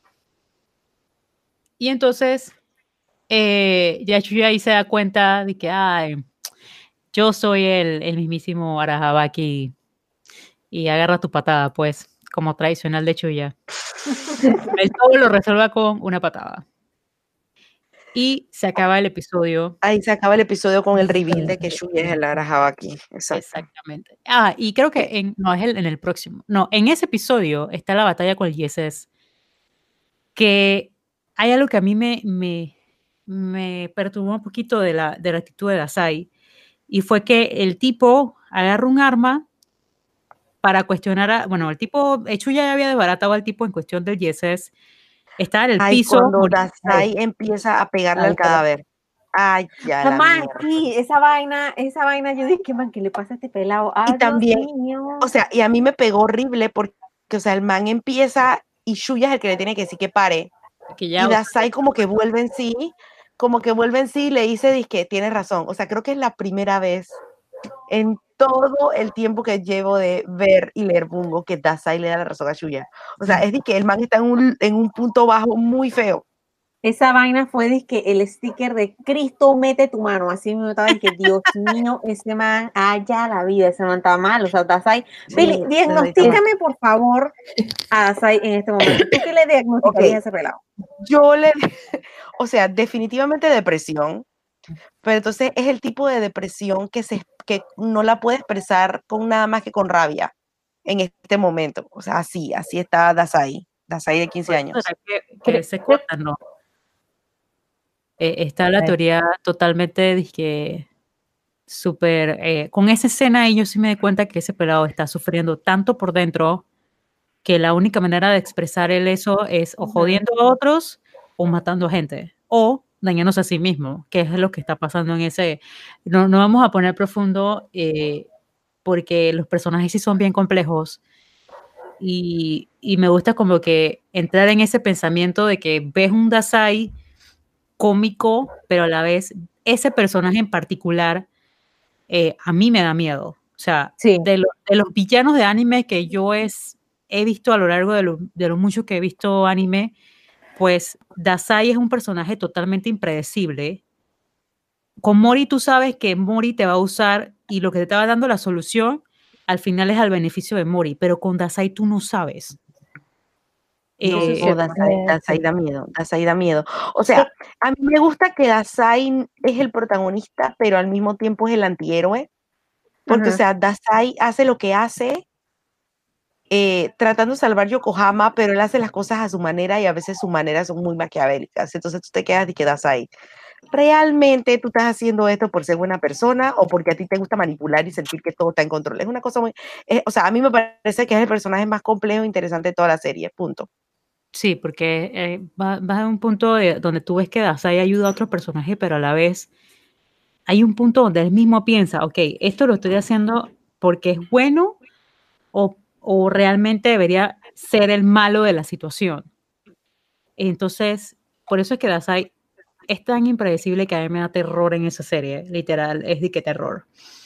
y entonces, eh, ya Chuya ahí se da cuenta de que, ay, yo soy el, el mismísimo Arahabaki y agarra tu patada, pues, como tradicional de Chuya. Él todo lo resuelva con una patada. Y se acaba el episodio. Ahí se acaba el episodio con el reveal de que Shuya es el Arahabaki. Exacto. Exactamente. Ah, y creo que en, no es el, en el próximo. No, en ese episodio está la batalla con el Yeses. Que hay algo que a mí me, me, me perturbó un poquito de la, de la actitud de Dasai. Y fue que el tipo agarra un arma para cuestionar a. Bueno, el tipo, hecho ya había desbaratado al tipo en cuestión del Yeses. Estaba en el Ay, piso. cuando morí- Dasai empieza a pegarle Ay, al cadáver. Ay, ya la Mamá, mierda. sí, esa vaina, esa vaina, yo dije, man, ¿qué le pasa a este pelado? Ay, Y también, Dios mío. o sea, y a mí me pegó horrible porque, o sea, el man empieza y Shuya es el que le tiene que decir que pare. que ya, Y Dasai como que vuelve en sí, como que vuelve en sí y le dice, que tienes razón. O sea, creo que es la primera vez en todo el tiempo que llevo de ver y leer Bungo que Dasai le da la razón a Shuya. O sea, es de que el man está en un, en un punto bajo muy feo. esa vaina fue dizque el sticker de Cristo mete tu mano, así me estaba que Dios mío, ese man haya la vida, ese man está mal, o sea, Dasai, Pili, Sí, diagnostícame por favor a Dasai en este momento, ¿tú qué le diagnosticarías okay. a ese pelado? Yo le, o sea, definitivamente depresión, pero entonces es el tipo de depresión que, se, que no la puede expresar con nada más que con rabia en este momento, o sea, así, así está Dasai, Dasai de quince años. Que, que se cortan, ¿no? Eh, está la teoría totalmente de que súper, eh, con esa escena ahí yo sí me di cuenta que ese pelado está sufriendo tanto por dentro que la única manera de expresar él eso es o jodiendo a otros o matando a gente o dañándose a sí mismo, que es lo que está pasando en ese, no, no vamos a poner profundo eh, porque los personajes sí son bien complejos y, y me gusta como que entrar en ese pensamiento de que ves un Dasai cómico, pero a la vez ese personaje en particular eh, a mí me da miedo. O sea, sí. de, lo, de los villanos de anime que yo es, he visto a lo largo de lo, de lo mucho que he visto anime, pues Dasai es un personaje totalmente impredecible. Con Mori tú sabes que Mori te va a usar y lo que te estaba dando la solución al final es al beneficio de Mori, pero con Dasai tú no sabes. No, Eh, oh, Dasai, Dasai da miedo, Dasai da miedo. O sea, a mí me gusta que Dasai es el protagonista, pero al mismo tiempo es el antihéroe, porque, uh-huh. o sea, Dasai hace lo que hace eh, tratando de salvar Yokohama, pero él hace las cosas a su manera y a veces sus maneras son muy maquiavélicas. Entonces tú te quedas y quedas ahí. ¿Realmente tú estás haciendo esto por ser buena persona o porque a ti te gusta manipular y sentir que todo está en control? Es una cosa muy... Eh, o sea, a mí me parece que es el personaje más complejo e interesante de toda la serie, punto. Sí, porque eh, vas va a un punto de, donde tú ves que Dasai ayuda a otro personaje, pero a la vez hay un punto donde él mismo piensa, ok, esto lo estoy haciendo porque es bueno o, o realmente debería ser el malo de la situación. Entonces, por eso es que Dasai es tan impredecible que a mí me da terror en esa serie, literal, es de que terror.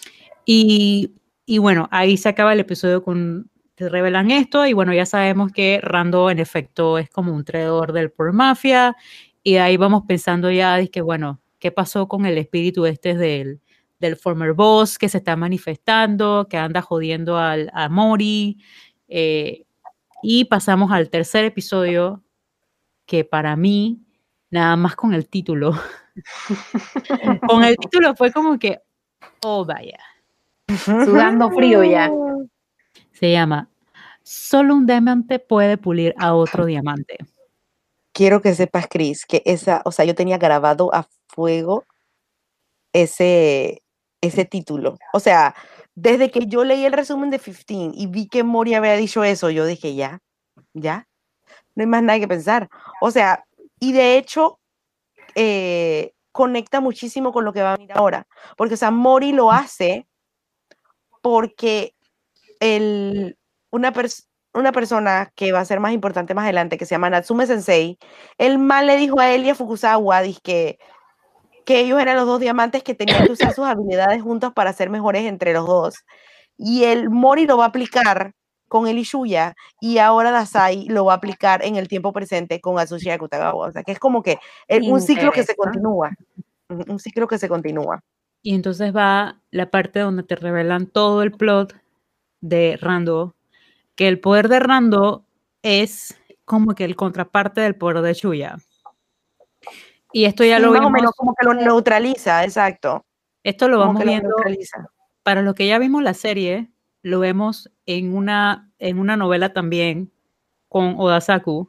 Y, y bueno, ahí se acaba el episodio con, te revelan esto y bueno, ya sabemos que Rando en efecto es como un traidor del Pearl Mafia y ahí vamos pensando ya de que bueno, ¿qué pasó con el espíritu este del, del former boss que se está manifestando, que anda jodiendo al, a Mori? Eh, y pasamos al tercer episodio que para mí, nada más con el título, con el título fue como que, oh vaya. Sudando frío ya. Se llama Solo un diamante puede pulir a otro diamante. Quiero que sepas, Chris, que esa, o sea, yo tenía grabado a fuego ese, ese título. O sea, desde que yo leí el resumen de quince y vi que Mori había dicho eso, yo dije, ya, ya, no hay más nada que pensar. O sea, y de hecho, eh, conecta muchísimo con lo que va a venir ahora. Porque, o sea, Mori lo hace porque el, una, pers una persona que va a ser más importante más adelante, que se llama Natsume Sensei, el mal le dijo a él y a Fukuzawa, que, que ellos eran los dos diamantes que tenían que usar sus habilidades juntos para ser mejores entre los dos. Y el Mori lo va a aplicar con el Ishuya y ahora Dasai lo va a aplicar en el tiempo presente con Atsushi Akutagawa. O sea, que es como que el, un ciclo que se continúa. Un ciclo que se continúa. Y entonces va la parte donde te revelan todo el plot de Rando, que el poder de Rando es como que el contraparte del poder de Shuya. Y esto ya sí, lo más vimos. o menos como que lo neutraliza, exacto. Esto lo como vamos que viendo. Lo neutraliza. Para los que ya vimos la serie, lo vemos en una, en una novela también con Odasaku,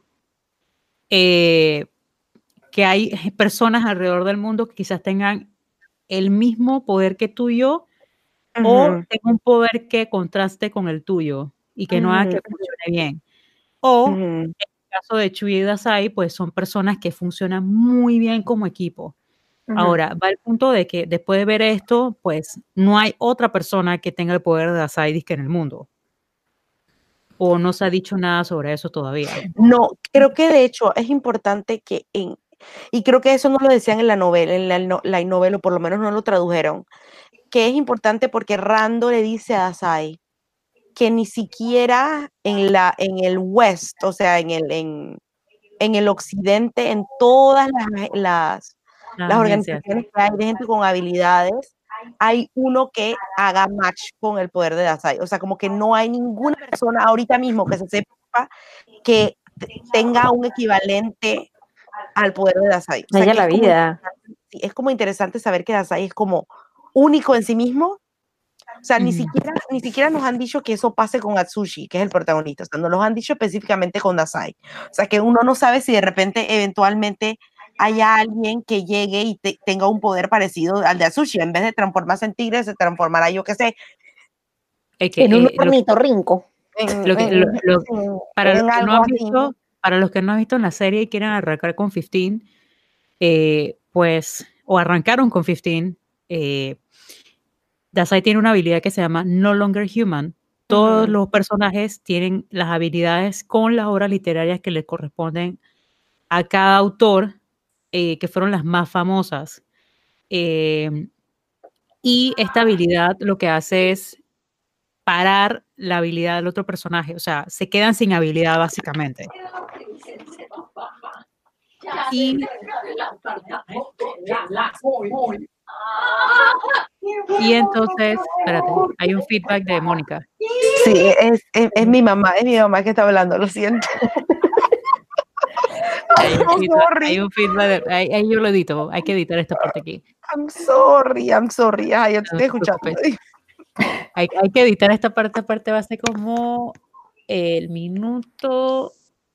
eh, que hay personas alrededor del mundo que quizás tengan el mismo poder que tuyo uh-huh. o tengan un poder que contraste con el tuyo y que uh-huh. no haga que funcione bien. O, uh-huh. en el caso de Chuy y Dasai, pues son personas que funcionan muy bien como equipo. Uh-huh. Ahora, va el punto de que después de ver esto, pues no hay otra persona que tenga el poder de Dasai que en el mundo. ¿O no se ha dicho nada sobre eso todavía? No, creo que de hecho es importante que en, y creo que eso no lo decían en la novela, en la, no, la novela, o por lo menos no lo tradujeron, que es importante porque Rando le dice a Dasai que ni siquiera en, la, en el West, o sea, en el, en, en el occidente, en todas las, las, Las las agencias. organizaciones que hay de gente con habilidades, hay uno que haga match con el poder de Dazai. O sea, como que no hay ninguna persona ahorita mismo que se sepa que tenga un equivalente al poder de Dazai. O sea, Ella que la es como, vida. sí, es como interesante saber que Dazai es como único en sí mismo. O sea, ni Ujú. siquiera, ni siquiera nos han dicho que eso pase con Atsushi, que es el protagonista. O sea, nos lo han dicho específicamente con Dazai. O sea, que uno no sabe si de repente, eventualmente, haya alguien que llegue y te, tenga un poder parecido al de Atsushi. En vez de transformarse en tigre, se transformará, yo qué sé, Es que, En un eh, lo, ornitorrinco. en, lo que- en, lo- lo- en- para los en que no algo han así. visto, para los que no han visto en la serie y quieren arrancar con quince, eh, pues, o arrancaron con quince, eh, Dazai tiene una habilidad que se llama No Longer Human. Todos Ujú. los personajes tienen las habilidades con las obras literarias que le corresponden a cada autor, eh, que fueron las más famosas. Eh, y esta habilidad lo que hace es parar la habilidad del otro personaje, o sea, se quedan sin habilidad básicamente. Y, y entonces, espérate, hay un feedback de Mónica. Sí, es, es, es mi mamá, es mi mamá que está hablando, lo siento. Hay I'm un so feedback, sorry. hay un feedback de- ahí, ahí yo lo edito, hay que editar esta parte aquí. I'm sorry, I'm sorry. Ay, yo te No estoy te escuchando. preocupes. Hay, hay que editar esta parte, aparte va a ser como el minuto,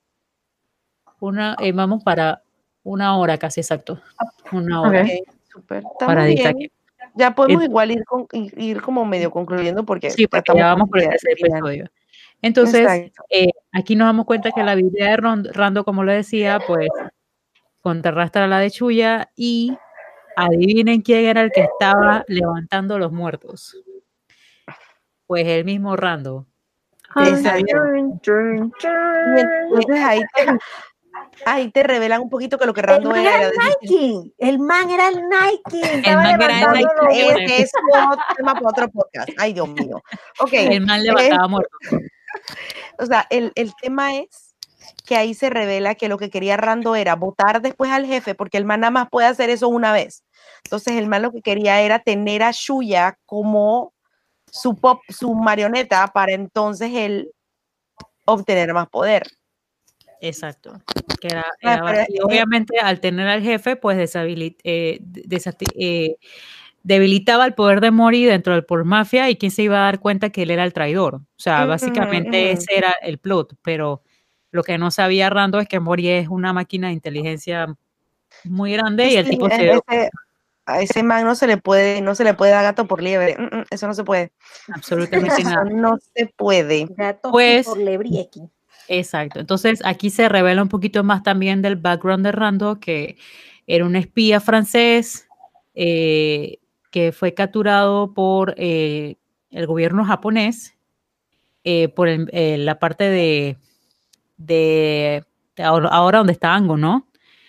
una, eh, vamos para una hora casi exacto, una hora Ok. Ok, súper. Estamos para editar bien. aquí. Ya podemos Ent- igual ir, con, ir, ir como medio concluyendo porque Sí, ya porque estamos ya vamos por el casi tercer al final. episodio. Entonces, Exacto. eh, aquí nos damos cuenta que la habilidad de Ron- Rando, como le decía, pues contrarrastra la de Chuya y adivinen quién era el que estaba levantando los muertos. Pues el mismo Rando. Exacto. Y entonces ahí te, ahí te revelan un poquito que lo que El Rando man era, era era el decir, Nike. El man era el Nike. Estaba man era el levantando Nike, los qué muertos. ese es otro tema para otro podcast. Ay, Dios mío. Ok. El man eh, levantaba muertos. o sea, el, el tema es que ahí se revela que lo que quería Rando era votar después al jefe, porque el man nada más puede hacer eso una vez. Entonces el man lo que quería era tener a Shuya como su, pop, su marioneta para entonces él obtener más poder. Exacto. Que era, Ah, era pero, bas- y eh, obviamente al tener al jefe, pues deshabilit- eh, desacti- eh, debilitaba el poder de Mori dentro del por mafia y quién se iba a dar cuenta que él era el traidor. O sea, ujú, básicamente ujú. ese era el plot, pero lo que no sabía Rando es que Mori es una máquina de inteligencia muy grande Sí, y el sí, tipo a se dio ese, a ese man no se le puede, no se le puede dar gato por liebre. Mm, mm, eso no se puede. absolutamente Eso nada. no se puede. Gato Pues, por lebrieki. exacto. Entonces, aquí se revela un poquito más también del background de Rando, que era un espía francés, eh, que fue capturado por eh, el gobierno japonés, eh, por el- eh, la parte de, de, de ahora, ahora donde está Ango, ¿no?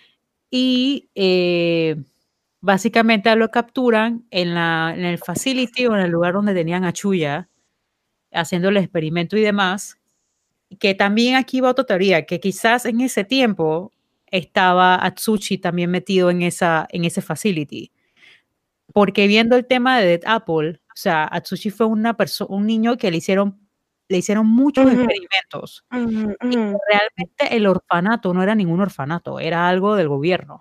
Y eh, básicamente lo capturan en, la, en el facility o en el lugar donde tenían a Chuya, haciendo el experimento y demás. Que también aquí va otra teoría, que quizás en ese tiempo estaba Atsushi también metido en, esa, en ese facility. Porque viendo el tema de Dead Apple, o sea, Atsushi fue una persona, un niño que le hicieron, le hicieron muchos Ujú, experimentos. ujú, Y ujú. realmente el orfanato no era ningún orfanato, era algo del gobierno.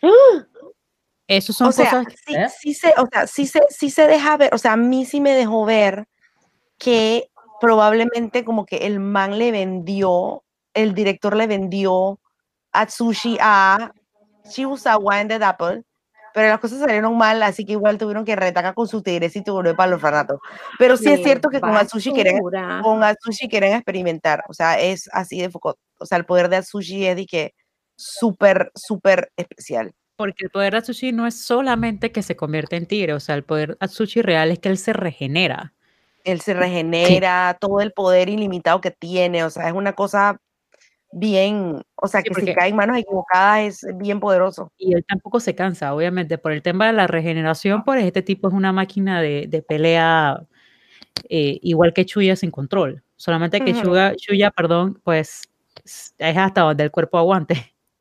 Esas son O sea, cosas. sí, ¿eh? sí se, o sea, sí se, sí se deja ver, o sea, a mí sí me dejó ver que probablemente como que el man le vendió, el director le vendió Atsushi a Shibusawa en Dead Apple, pero las cosas salieron mal, así que igual tuvieron que retacar con su tigrecito y volver para el orfanato. Pero sí es Qué cierto que con Atsushi quieren, basura. con Atsushi quieren experimentar, o sea, es así de foco, o sea, el poder de Atsushi es de que súper, súper especial. Porque el poder de Atsushi no es solamente que se convierte en tigre, o sea, el poder Atsushi real es que él se regenera. Él se regenera, todo el poder ilimitado que tiene, o sea, es una cosa bien, o sea, Sí, que si porque cae en manos equivocadas es bien poderoso. y él tampoco se cansa, obviamente, por el tema de la regeneración, pues este tipo es una máquina de, de pelea, eh, igual que Chuya sin control. Solamente que Ujú. Chuya, Chuya, perdón, pues es hasta donde el cuerpo aguante.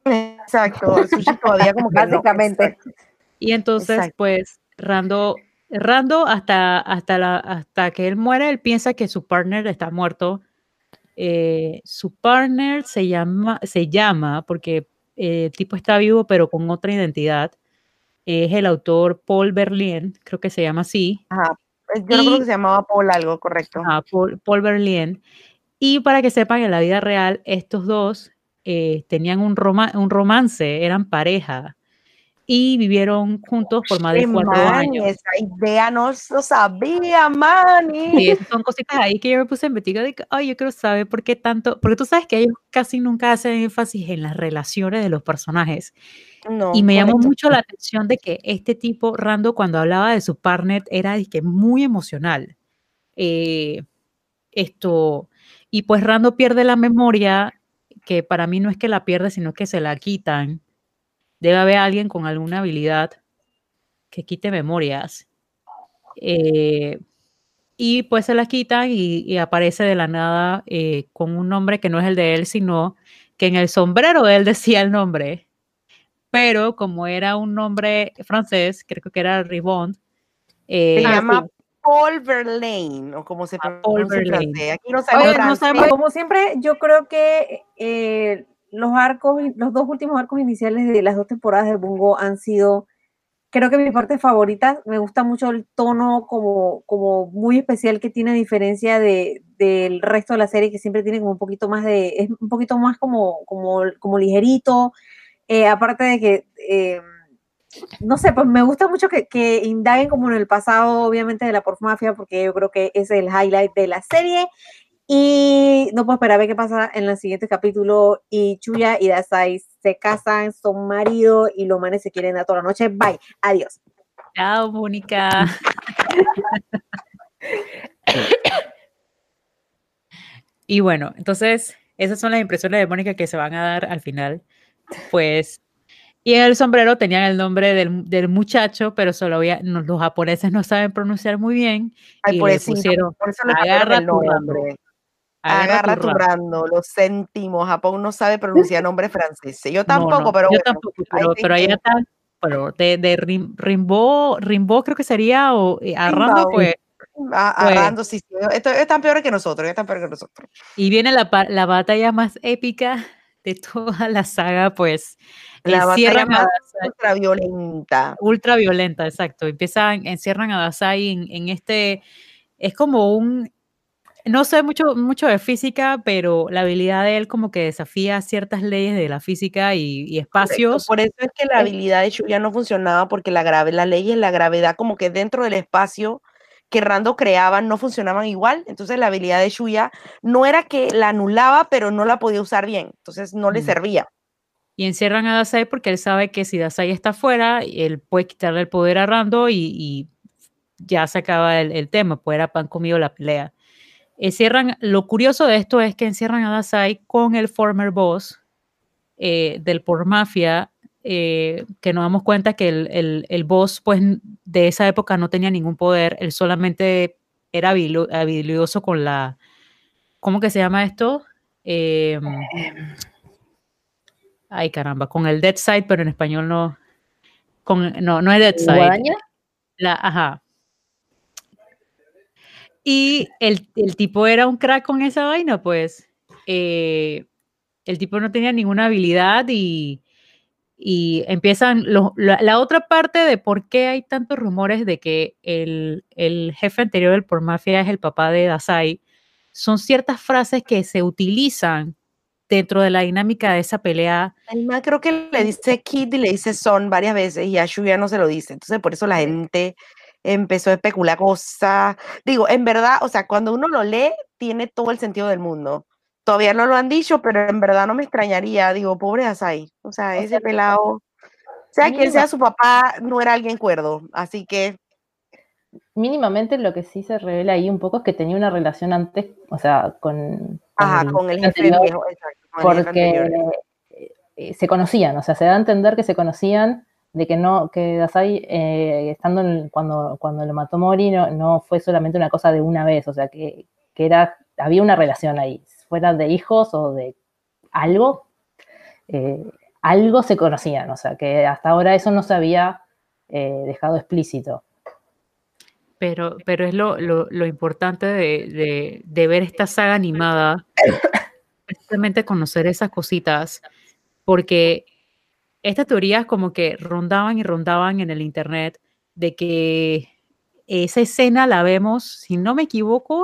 Exacto, sushi todavía como que Básicamente. No, y entonces, exacto. pues, Rando, Rando hasta, hasta, la, hasta que él muere, él piensa que su partner está muerto. Eh, su partner se llama, se llama, porque eh, el tipo está vivo, pero con otra identidad. Es el autor Paul Verlaine, creo que se llama así. Ajá. Yo Y, recuerdo que se llamaba Paul algo, correcto. ah, Paul, Paul Verlaine. Y para que sepan, en la vida real, estos dos eh, tenían un, roma un romance, eran pareja y vivieron juntos por más de ¡Qué cuatro man! años. Esa idea no lo sabía, Manny. Y esas son cositas ahí que yo me puse a investigar de que, ay, yo quiero saber por qué tanto, porque tú sabes que ellos casi nunca hacen énfasis en las relaciones de los personajes. Y No, me llamó correcto. mucho la atención de que este tipo, Rando, cuando hablaba de su partner, era de que muy emocional. Eh, esto, y pues Rando pierde la memoria, que para mí no es que la pierde, sino que se la quitan. Debe haber alguien con alguna habilidad que quite memorias. Eh, y pues se la quitan y, y aparece de la nada eh, con un nombre que no es el de él, sino que en el sombrero de él decía el nombre. Pero como era un nombre francés, creo que era Ribond, Se eh, Ah, llama sí. Paul Verlaine, o como se Paul pronuncia en Verlaine. francés. Aquí no sabemos Oigan, no francés. sabemos. como siempre, yo creo que eh, los arcos, los dos últimos arcos iniciales de las dos temporadas de Bungo han sido, creo que mis partes favoritas. Me gusta mucho el tono como, como muy especial que tiene, a diferencia de, del resto de la serie, que siempre tiene como un poquito más de, es un poquito más como, como, como ligerito. Eh, aparte de que, eh, no sé, pues me gusta mucho que, que indaguen como en el pasado, obviamente, de la Porf Mafia, porque yo creo que es el highlight de la serie. Y no puedo esperar a ver qué pasa en el siguiente capítulo. Y Chuya y Dasai se casan, son maridos y los manes se quieren dar toda la noche. Bye, adiós. Chao, Mónica. Y bueno, entonces esas son las impresiones de Mónica que se van a dar al final. Pues, y en el sombrero tenían el nombre del, del muchacho, pero solo había, no, los japoneses no saben pronunciar muy bien Ay, y por le eso, pusieron por eso le cambiaron agarra el tu rando, nombre. agarra tu Agarra tu rando. rando, lo sentimos. Japón no sabe pronunciar nombres franceses. Yo No, tampoco, no, pero yo bueno, tampoco, ahí pero, te pero ahí intento. está, pero de, de Rim- Rimbaud, Rimbaud creo que sería, o eh, a Rando, Rimbaud. pues, A, a pues, Rando, sí, sí. Esto, están peores que nosotros, están peores que nosotros. y viene la, pa- la batalla más épica de toda la saga, pues, La batalla encierran a más Dasai, ultraviolenta. ultra violenta, exacto, empiezan, encierran a Dasai en, en este, es como un, no sé mucho, mucho de física, pero la habilidad de él como que desafía ciertas leyes de la física y, y Correcto. espacios. Por eso es que la Es- habilidad de Shuya no funcionaba, porque la, grave, la ley y la gravedad, como que dentro del espacio que Rando creaban, no funcionaban igual. Entonces la habilidad de Shuya no era que la anulaba, pero no la podía usar bien. Entonces no le Mm. servía. Y encierran a Dasai porque él sabe que si Dasai está fuera, él puede quitarle el poder a Rando y, y ya se acaba el, el tema, pues era pan comido la pelea. Encierran, lo curioso de esto es que encierran a Dasai con el former boss eh, del Por Mafia, eh, que nos damos cuenta que el, el, el boss pues, de esa época no tenía ningún poder, él solamente era habilidoso con la, ¿cómo que se llama esto? Eh, ay, caramba, con el Dead Side, pero en español no, con, no, no es Dead Side. ¿Guadaña? La, ajá. Y el, el tipo era un crack con esa vaina, pues. Eh, el tipo no tenía ninguna habilidad y, y empiezan los, la, la, otra parte de por qué hay tantos rumores de que el, el jefe anterior del Por Mafia es el papá de Dasai, son ciertas frases que se utilizan dentro de la dinámica de esa pelea. Además, creo que le dice Kid y le dice Son varias veces y a Shuya no se lo dice. Entonces, por eso la gente empezó a especular cosas. Digo, en verdad, o sea, cuando uno lo lee, tiene todo el sentido del mundo. Todavía no lo han dicho, pero en verdad no me extrañaría. Digo, pobre Asai. O sea, O ese sea, pelado, sea quien mínima, sea su papá, no era alguien cuerdo. Así que, mínimamente lo que sí se revela ahí un poco es que tenía una relación antes, o sea, con, con ajá, el con el jefe anterior, viejo, exacto, con el jefe porque anterior. eh, se conocían, o sea, se da a entender que se conocían, de que no, que Dasai, eh, estando en, cuando, cuando lo mató Mori, no, no fue solamente una cosa de una vez, o sea, que, que era, había una relación ahí, fuera de hijos o de algo, eh, algo se conocían, o sea, que hasta ahora eso no se había eh, dejado explícito. Pero, pero es lo, lo, lo importante de, de, de ver esta saga animada, precisamente conocer esas cositas, porque estas teorías como que rondaban y rondaban en el internet de que esa escena la vemos, si no me equivoco,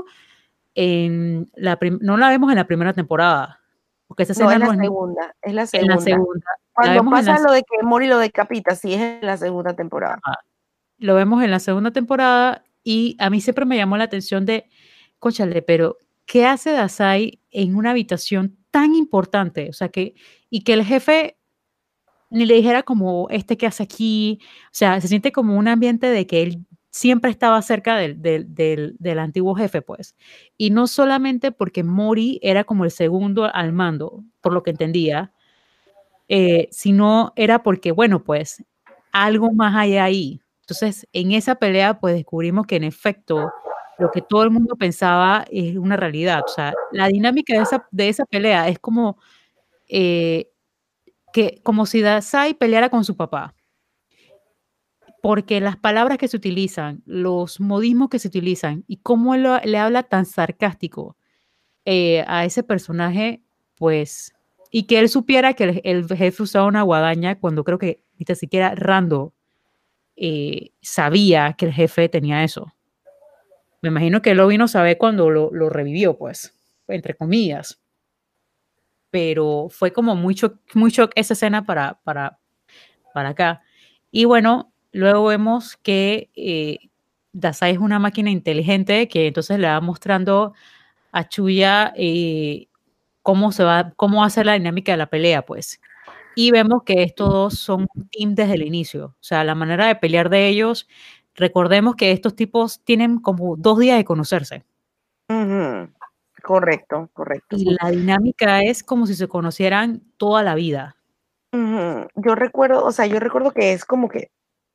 en la no la vemos en la primera temporada, porque esa No, escena es la no es segunda, es la en segunda. la segunda. La Cuando vemos en pasa la lo de que Mori lo decapita, sí, es en la segunda temporada. ajá. Lo vemos en la segunda temporada y a mí siempre me llamó la atención de, cónchale, pero ¿qué hace Dasai en una habitación tan importante? O sea, que y que el jefe ni le dijera como, ¿este qué hace aquí? O sea, se siente como un ambiente de que él siempre estaba cerca del del del del antiguo jefe, pues. Y no solamente porque Mori era como el segundo al mando, por lo que entendía, eh, sino era porque, bueno, pues, algo más hay ahí. Entonces, en esa pelea, pues, descubrimos que, en efecto, lo que todo el mundo pensaba es una realidad. O sea, la dinámica de esa de esa pelea es como, eh, que como si Dasai peleara con su papá. Porque las palabras que se utilizan, los modismos que se utilizan y cómo él lo le habla tan sarcástico, eh, a ese personaje, pues, y que él supiera que el el jefe usaba una guadaña cuando creo que ni tan siquiera Rando, eh, sabía que el jefe tenía eso. Me imagino que él lo vino a saber cuando lo lo revivió, pues, entre comillas. Pero fue como muy shock muy shock esa escena para para para acá. Y bueno, luego vemos que, eh, Dasai es una máquina inteligente que entonces le va mostrando a Chuya, eh, cómo se va cómo va a ser la dinámica de la pelea, pues. Y vemos que estos dos son un team desde el inicio. O sea, la manera de pelear de ellos, recordemos que estos tipos tienen como dos días de conocerse. Ujú. Correcto, correcto. Y la dinámica es como si se conocieran toda la vida. Ujú. Yo recuerdo, o sea, yo recuerdo que es como que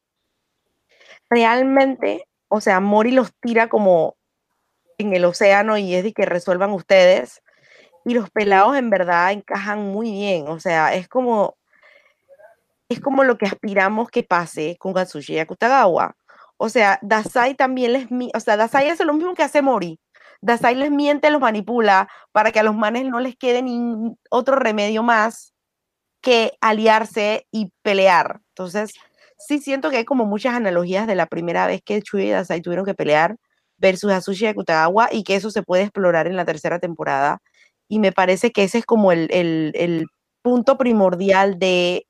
realmente, o sea, Mori los tira como en el océano y es de que resuelvan ustedes. Y los pelados en verdad encajan muy bien, o sea, es como es como lo que aspiramos que pase con Atsushi y Akutagawa. O sea, Dasai también les mi o sea, Dasai hace lo mismo que hace Mori. Dasai les miente, los manipula para que a los manes no les quede ni otro remedio más que aliarse y pelear. Entonces, sí siento que hay como muchas analogías de la primera vez que Chuy y Dasai tuvieron que pelear versus Atsushi y Akutagawa y que eso se puede explorar en la tercera temporada. Y me parece que ese es como el, el, el punto primordial de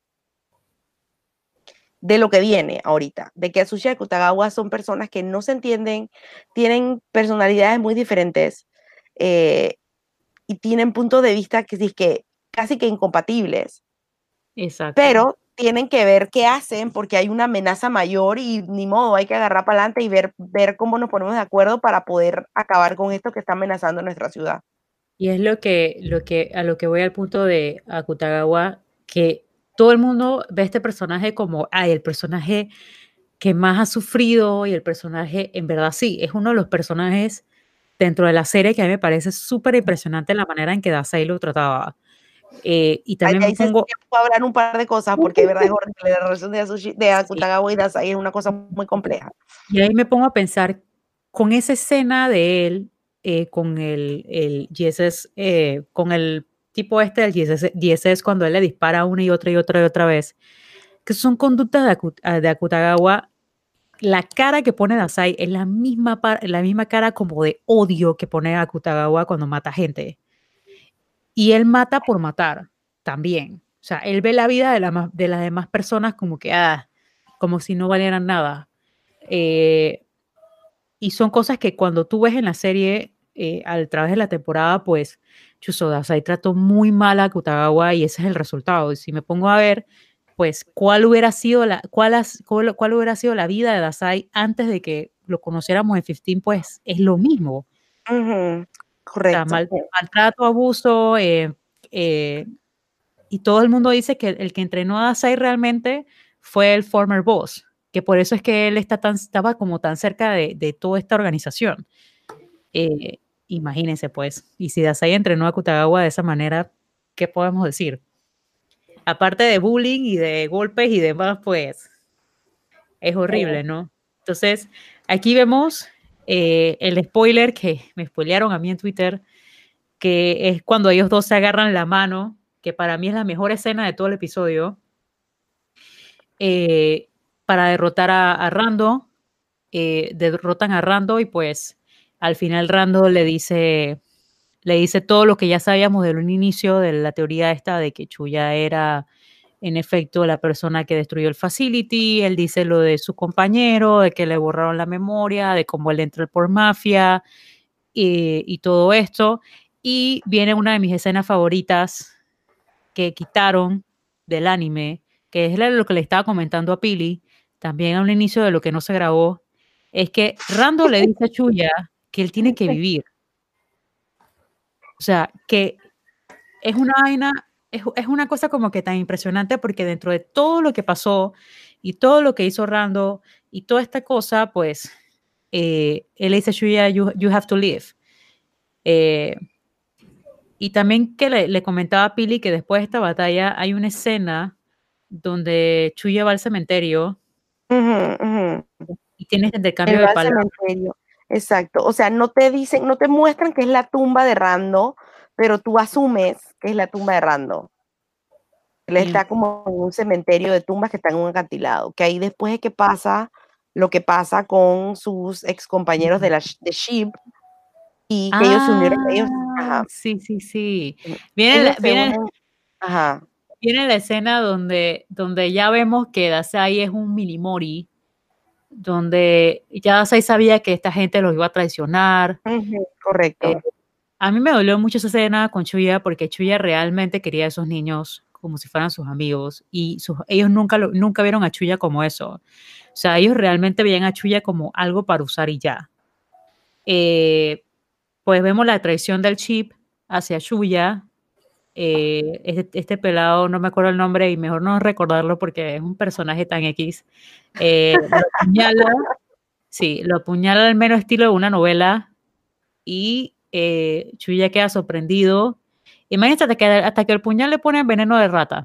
de lo que viene ahorita, de que Atsushi y Akutagawa son personas que no se entienden, tienen personalidades muy diferentes eh, y tienen puntos de vista que, sí, que casi que incompatibles. Exacto. Pero tienen que ver qué hacen porque hay una amenaza mayor y ni modo, hay que agarrar para adelante y ver, ver cómo nos ponemos de acuerdo para poder acabar con esto que está amenazando nuestra ciudad. Y es lo que, lo que, a lo que voy al punto de Akutagawa, que todo el mundo ve a este personaje como, ay, el personaje que más ha sufrido y el personaje, en verdad sí, es uno de los personajes dentro de la serie que a mí me parece súper impresionante la manera en que Dasai lo trataba. Eh, y también ahí, me ahí se pongo... puedo hablar un par de cosas porque de verdad es horrible, la relación de, Atsushi, de Akutagawa sí. y Dasai es una cosa muy compleja. Y ahí me pongo a pensar, con esa escena de él, eh, con el, el G S S, eh, con el tipo este del G S S, G S S cuando él le dispara una y otra y otra y otra vez, que son conductas de, Akut de Akutagawa, la cara que pone Dasai es la misma, la misma cara como de odio que pone Akutagawa cuando mata gente. Y él mata por matar también. O sea, él ve la vida de, la, de las demás personas como que, ah, como si no valieran nada. Eh, y son cosas que cuando tú ves en la serie, eh, a través de la temporada, pues, Chuso Dasai trató muy mal a Akutagawa y ese es el resultado. Y si me pongo a ver, pues, cuál hubiera sido la, cuál, has, cuál, cuál hubiera sido la vida de Dasai antes de que lo conociéramos en quince, pues, es lo mismo. Uh-huh. Correcto. O sea, mal, maltrato, abuso, eh, eh, y todo el mundo dice que el que entrenó a Dasai realmente fue el former boss, que por eso es que él está tan, estaba como tan cerca de, de toda esta organización. Eh, imagínense, pues, y si Dasai entrenó a Akutagawa de esa manera, ¿qué podemos decir? aparte de bullying y de golpes y demás, pues es horrible, ¿no? Entonces, aquí vemos eh, el spoiler que me spoilearon a mí en Twitter, que es cuando ellos dos se agarran la mano, que para mí es la mejor escena de todo el episodio, eh, para derrotar a, a Rando. Eh, derrotan a Rando y pues al final Rando le dice, le dice todo lo que ya sabíamos desde un inicio de la teoría esta de que Chuya era en efecto la persona que destruyó el facility. Él dice lo de su compañero, de que le borraron la memoria, de cómo él entró por mafia y, y todo esto. Y viene una de mis escenas favoritas que quitaron del anime, que es lo que le estaba comentando a Pili, también a un inicio de lo que no se grabó, es que Rando le dice a Chuya que él tiene que vivir. O sea, que es una vaina, es, es una cosa como que tan impresionante porque dentro de todo lo que pasó y todo lo que hizo Rando y toda esta cosa, pues, eh, él le dice a Chuya, you, you have to live. Eh, y también que le, le comentaba a Pili que después de esta batalla hay una escena donde Chuya va al cementerio uh-huh, uh-huh. y tiene este intercambio de palabras. Cementerio. Exacto, o sea, no te dicen, no te muestran que es la tumba de Rando, pero tú asumes que es la tumba de Rando. Él sí. Está como en un cementerio de tumbas que está en un acantilado, que ahí después es que pasa lo que pasa con sus ex compañeros de la de Sheep y que ah, ellos se unieron a ellos. Ajá. Sí, sí, sí. Viene, la, viene, ajá. viene la escena donde, donde ya vemos que Dazai es un Minimori, donde ya Dazai sabía que esta gente los iba a traicionar. Uh-huh, correcto. Eh, a mí me dolió mucho esa escena con Chuya porque Chuya realmente quería a esos niños como si fueran sus amigos y sus, ellos nunca, lo, nunca vieron a Chuya como eso. O sea, ellos realmente veían a Chuya como algo para usar y ya. Eh, pues vemos la traición del Chip hacia Chuya. Eh, este, este pelado, no me acuerdo el nombre y mejor no recordarlo porque es un personaje tan X. Eh, lo apuñala, sí, lo apuñala al menos estilo de una novela y eh, Chuya queda sorprendido. Imagínate hasta que, hasta que el puñal le pone veneno de rata.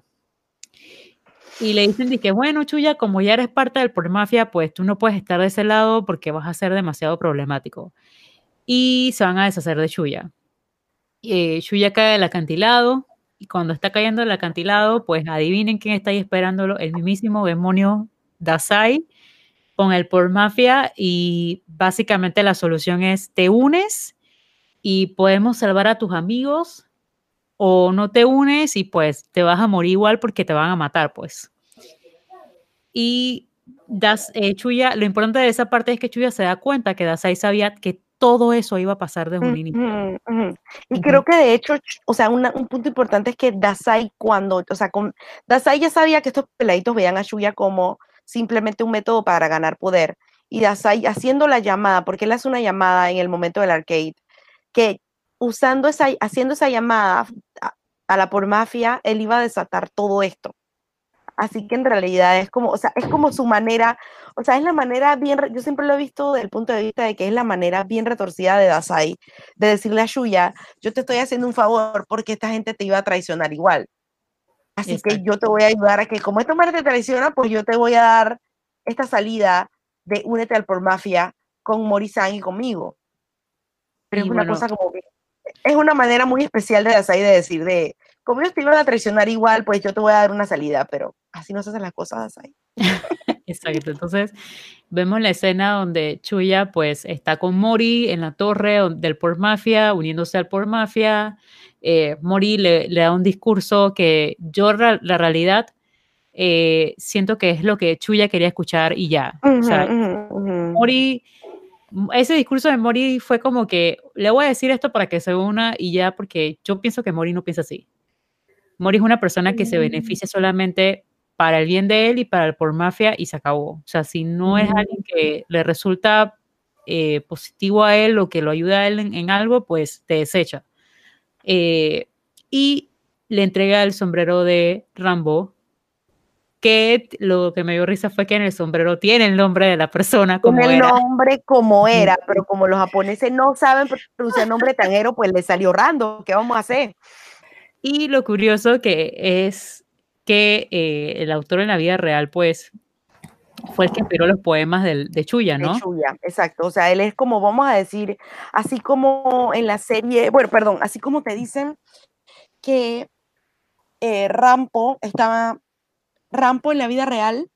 Y le dicen que, bueno, Chuya, como ya eres parte del por mafia, pues tú no puedes estar de ese lado porque vas a ser demasiado problemático. Y se van a deshacer de Chuya. Eh, Chuya cae del acantilado y cuando está cayendo del acantilado, pues adivinen quién está ahí esperándolo, el mismísimo demonio Dazai con el por mafia y básicamente la solución es te unes y podemos salvar a tus amigos o no te unes y pues te vas a morir igual porque te van a matar, pues. Y Das, eh, Chuya, lo importante de esa parte es que Chuya se da cuenta que Dazai sabía que todo eso iba a pasar desde un uh-huh, inicio. Uh-huh. Y uh-huh. creo que de hecho, o sea, una, un punto importante es que Dazai cuando, o sea, con, Dazai ya sabía que estos peladitos veían a Chuya como simplemente un método para ganar poder. Y Dazai haciendo la llamada, porque él hace una llamada en el momento del arcade, que usando esa, haciendo esa llamada a, a la por mafia, él iba a desatar todo esto. Así que en realidad es como, o sea, es como su manera, o sea, es la manera bien, yo siempre lo he visto desde el punto de vista de que es la manera bien retorcida de Dazai, de decirle a Chuya, yo te estoy haciendo un favor porque esta gente te iba a traicionar igual. Así Exacto. que yo te voy a ayudar a que, como esta madre te traiciona, pues yo te voy a dar esta salida de únete al por mafia con Mori-san y conmigo. Pero y es una bueno, cosa como que, es una manera muy especial de Dazai de decir, de, como ellos te iban a traicionar igual, pues yo te voy a dar una salida, pero así no se hacen las cosas ahí. Exacto, entonces vemos la escena donde Chuya pues está con Mori en la torre del por mafia, uniéndose al por mafia. Eh, Mori le, le da un discurso que yo la, la realidad eh, siento que es lo que Chuya quería escuchar y ya. Uh-huh, o sea, uh-huh, uh-huh. Mori, ese discurso de Mori fue como que le voy a decir esto para que se una y ya, porque yo pienso que Mori no piensa así. Mori es una persona que se beneficia solamente para el bien de él y para el por mafia y se acabó. O sea, si no es alguien que le resulta eh, positivo a él o que lo ayuda a él en, en algo, pues te desecha. Eh, y le entrega el sombrero de Rambo, que lo que me dio risa fue que en el sombrero tiene el nombre de la persona como el era. El nombre como era, pero como los japoneses no saben pronunciar nombre extranjero, pues le salió Rando. ¿Qué vamos a hacer? Y lo curioso que es que eh, el autor en la vida real, pues, fue el que inspiró los poemas de, de Chuya, ¿no? De Chuya, exacto. O sea, él es como, vamos a decir, así como en la serie, bueno, perdón, así como te dicen que eh, Rampo estaba, Rampo en la vida real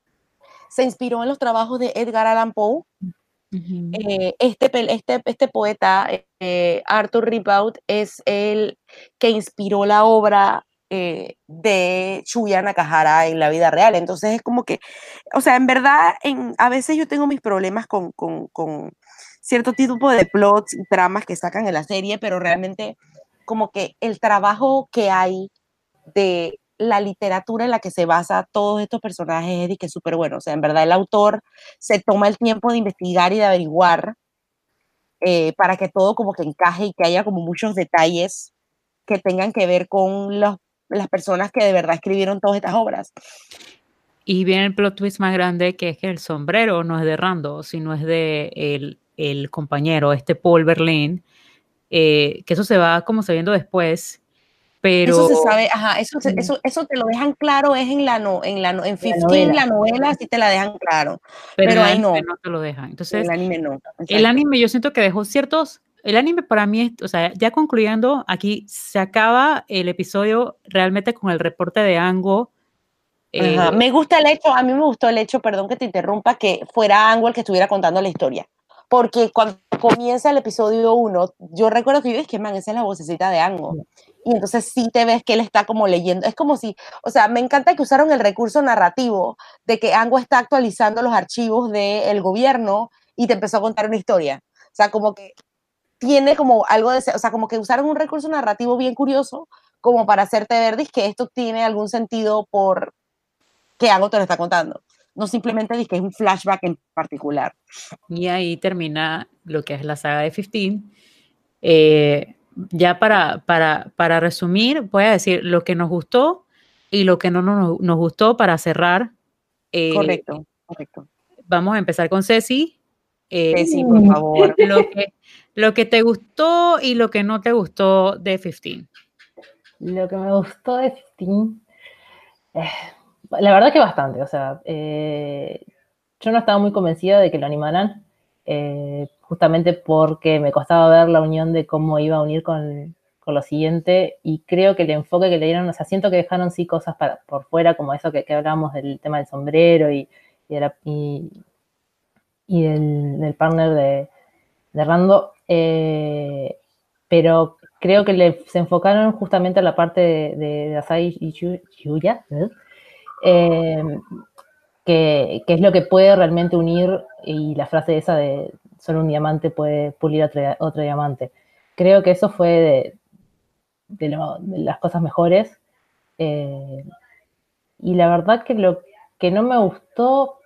se inspiró en los trabajos de Edgar Allan Poe. Uh-huh. Eh, este, este, este poeta, eh, Arthur Rimbaud, es el que inspiró la obra eh, de Chuya Nakahara en la vida real. Entonces es como que, o sea, en verdad, en, a veces yo tengo mis problemas con, con, con cierto tipo de plots y tramas que sacan en la serie, pero realmente como que el trabajo que hay de la literatura en la que se basa todos estos personajes es que es súper bueno. O sea, en verdad el autor se toma el tiempo de investigar y de averiguar eh, para que todo como que encaje y que haya como muchos detalles que tengan que ver con los, las personas que de verdad escribieron todas estas obras. Y viene el plot twist más grande, que es que el sombrero no es de Rando, sino es de el, el compañero, este Paul Verlaine, eh, que eso se va como sabiendo después. Pero eso se sabe, ajá, eso, eso, eso te lo dejan claro, es en la no, en la en quince, la novela, la novela sí te la dejan claro, pero, pero el ahí anime no. no te lo dejan. Entonces, el anime no. Exacto. El anime yo siento que dejó ciertos, el anime para mí, es, o sea, ya concluyendo, aquí se acaba el episodio realmente con el reporte de Ango. Eh, ajá. Me gusta el hecho, a mí me gustó el hecho, perdón que te interrumpa, que fuera Ango el que estuviera contando la historia. Porque cuando comienza el episodio uno, yo recuerdo que yo dije, man, esa es la vocecita de Ango. Y entonces sí te ves que él está como leyendo. Es como si, o sea, me encanta que usaron el recurso narrativo de que Ango está actualizando los archivos del gobierno y te empezó a contar una historia. O sea, como que tiene como algo de, o sea, como que usaron un recurso narrativo bien curioso como para hacerte ver que esto tiene algún sentido por que Ango te lo está contando. No simplemente dice que es un flashback en particular. Y ahí termina lo que es la saga de quince. Eh, ya para, para, para resumir, voy a decir lo que nos gustó y lo que no nos, nos gustó para cerrar. Eh, correcto, correcto. Vamos a empezar con Ceci. Eh, Ceci, por favor. Lo que, lo que te gustó y lo que no te gustó de quince. Lo que me gustó de quince, eh, la verdad que bastante, o sea, eh, yo no estaba muy convencida de que lo animaran, eh, justamente porque me costaba ver la unión de cómo iba a unir con, con lo siguiente, y creo que el enfoque que le dieron, o sea, siento que dejaron sí cosas para, por fuera, como eso que, que hablábamos del tema del sombrero y, y, de la, y, y del, del partner de, de Rando, eh, pero creo que le, se enfocaron justamente a la parte de, de, de Asai y Yuya, ¿eh? Eh, que, que es lo que puede realmente unir, y la frase esa de solo un diamante puede pulir otro, otro diamante. Creo que eso fue de, de, lo, de las cosas mejores. Eh, y la verdad que lo que no me gustó,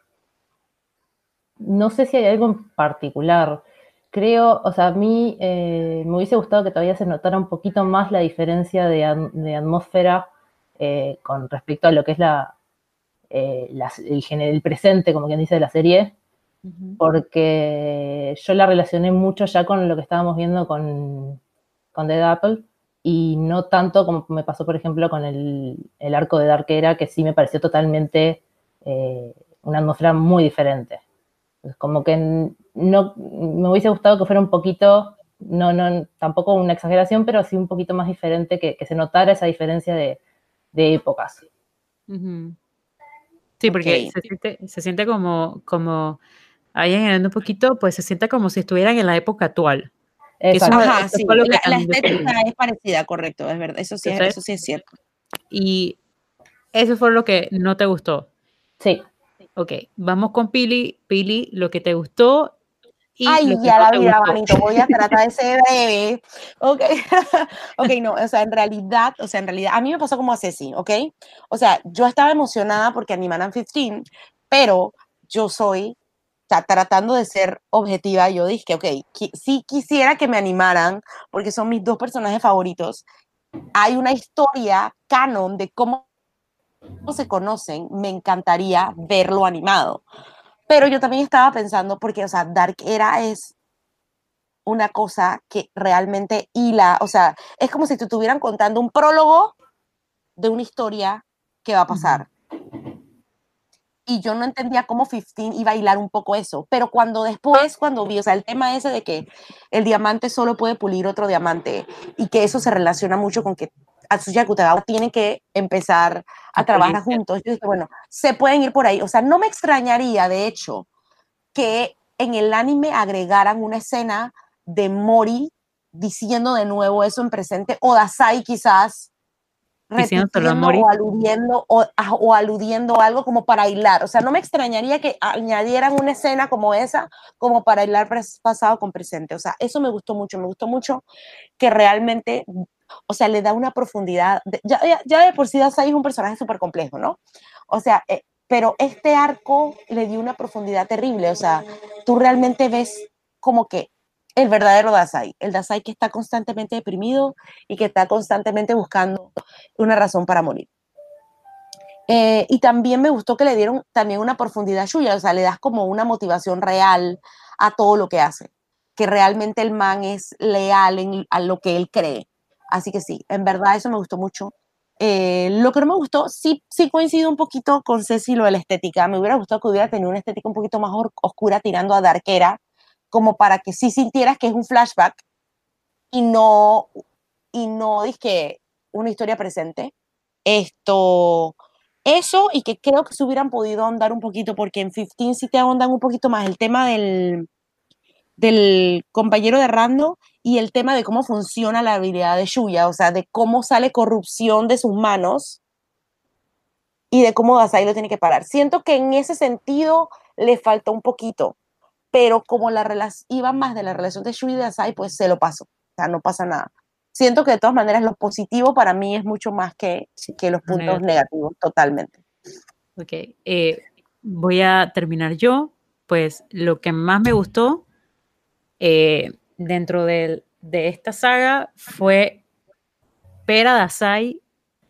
no sé si hay algo en particular. Creo, o sea, a mí eh, me hubiese gustado que todavía se notara un poquito más la diferencia de, de atmósfera eh, con respecto a lo que es la, eh, la, el, el presente, como quien dice, de la serie, uh-huh. Porque yo la relacioné mucho ya con lo que estábamos viendo con, con Dead Apple, y no tanto como me pasó, por ejemplo, con el, el arco de Dark Era, que sí me pareció totalmente eh, una atmósfera muy diferente. Como que no, me hubiese gustado que fuera un poquito, no, no, tampoco una exageración, pero sí un poquito más diferente, que, que se notara esa diferencia de, de épocas. Uh-huh. Sí, porque okay. se, siente, se siente como, como ahí añadiendo un poquito, pues se siente como si estuvieran en la época actual. Exacto. Eso, Ajá, eso sí. Fue lo que la, la estética es parecida, correcto, es verdad, eso sí, Entonces, eso sí es cierto. Y eso fue lo que no te gustó. Sí. Ok, vamos con Pili. Pili, lo que te gustó y Ay, lo que ya no la te vida, gustó. manito, voy a tratar de ser breve. Ok, ok, no, o sea, en realidad, o sea, en realidad, a mí me pasó como a Ceci, ¿ok? O sea, yo estaba emocionada porque animaran quince, pero yo soy, o sea, tratando de ser objetiva, yo dije, ok, qui- sí quisiera que me animaran, porque son mis dos personajes favoritos. Hay una historia canon de cómo se conocen, me encantaría verlo animado. Pero yo también estaba pensando, porque, o sea, Dark Era es una cosa que realmente hila, o sea, es como si te estuvieran contando un prólogo de una historia ¿qué va a pasar? Uh-huh. Y yo no entendía cómo quince iba a hilar un poco eso, pero cuando después, cuando vi, o sea, el tema ese de que el diamante solo puede pulir otro diamante y que eso se relaciona mucho con que Atsushi y Akutagawa tienen que empezar a trabajar juntos, yo dije, bueno, se pueden ir por ahí, o sea, no me extrañaría, de hecho, que en el anime agregaran una escena de Mori diciendo de nuevo eso en presente, o Dazai quizás repitiendo o aludiendo o, o aludiendo algo como para hilar, o sea, no me extrañaría que añadieran una escena como esa, como para hilar pasado con presente, o sea, eso me gustó mucho, me gustó mucho que realmente, o sea, le da una profundidad, de, ya, ya, ya de por sí Dazai es un personaje súper complejo, ¿no? O sea, eh, pero este arco le dio una profundidad terrible, o sea, tú realmente ves como que el verdadero Dazai, el Dazai que está constantemente deprimido y que está constantemente buscando una razón para morir. Eh, y también me gustó que le dieron también una profundidad a Shuya, o sea, le das como una motivación real a todo lo que hace, que realmente el man es leal en, a lo que él cree. Así que sí, en verdad eso me gustó mucho. Eh, lo que no me gustó, sí, sí coincido un poquito con Ceci lo de la estética. Me hubiera gustado que hubiera tenido una estética un poquito más oscura tirando a darkera, como para que sí sintieras que es un flashback y no, y no dizque una historia presente. Esto, eso, y que creo que se hubieran podido ahondar un poquito, porque en quince sí te ahondan un poquito más el tema del, del compañero de Rando y el tema de cómo funciona la habilidad de Shuya, o sea, de cómo sale corrupción de sus manos y de cómo Dazai lo tiene que parar. Siento que en ese sentido le faltó un poquito, pero como la relación iba más de la relación de Shuya y Dazai, pues se lo paso, o sea, no pasa nada. Siento que de todas maneras lo positivo para mí es mucho más que, que los puntos negativo. negativos, totalmente. Ok, eh, voy a terminar yo, pues lo que más me gustó eh, dentro de, de esta saga fue ver a Dazai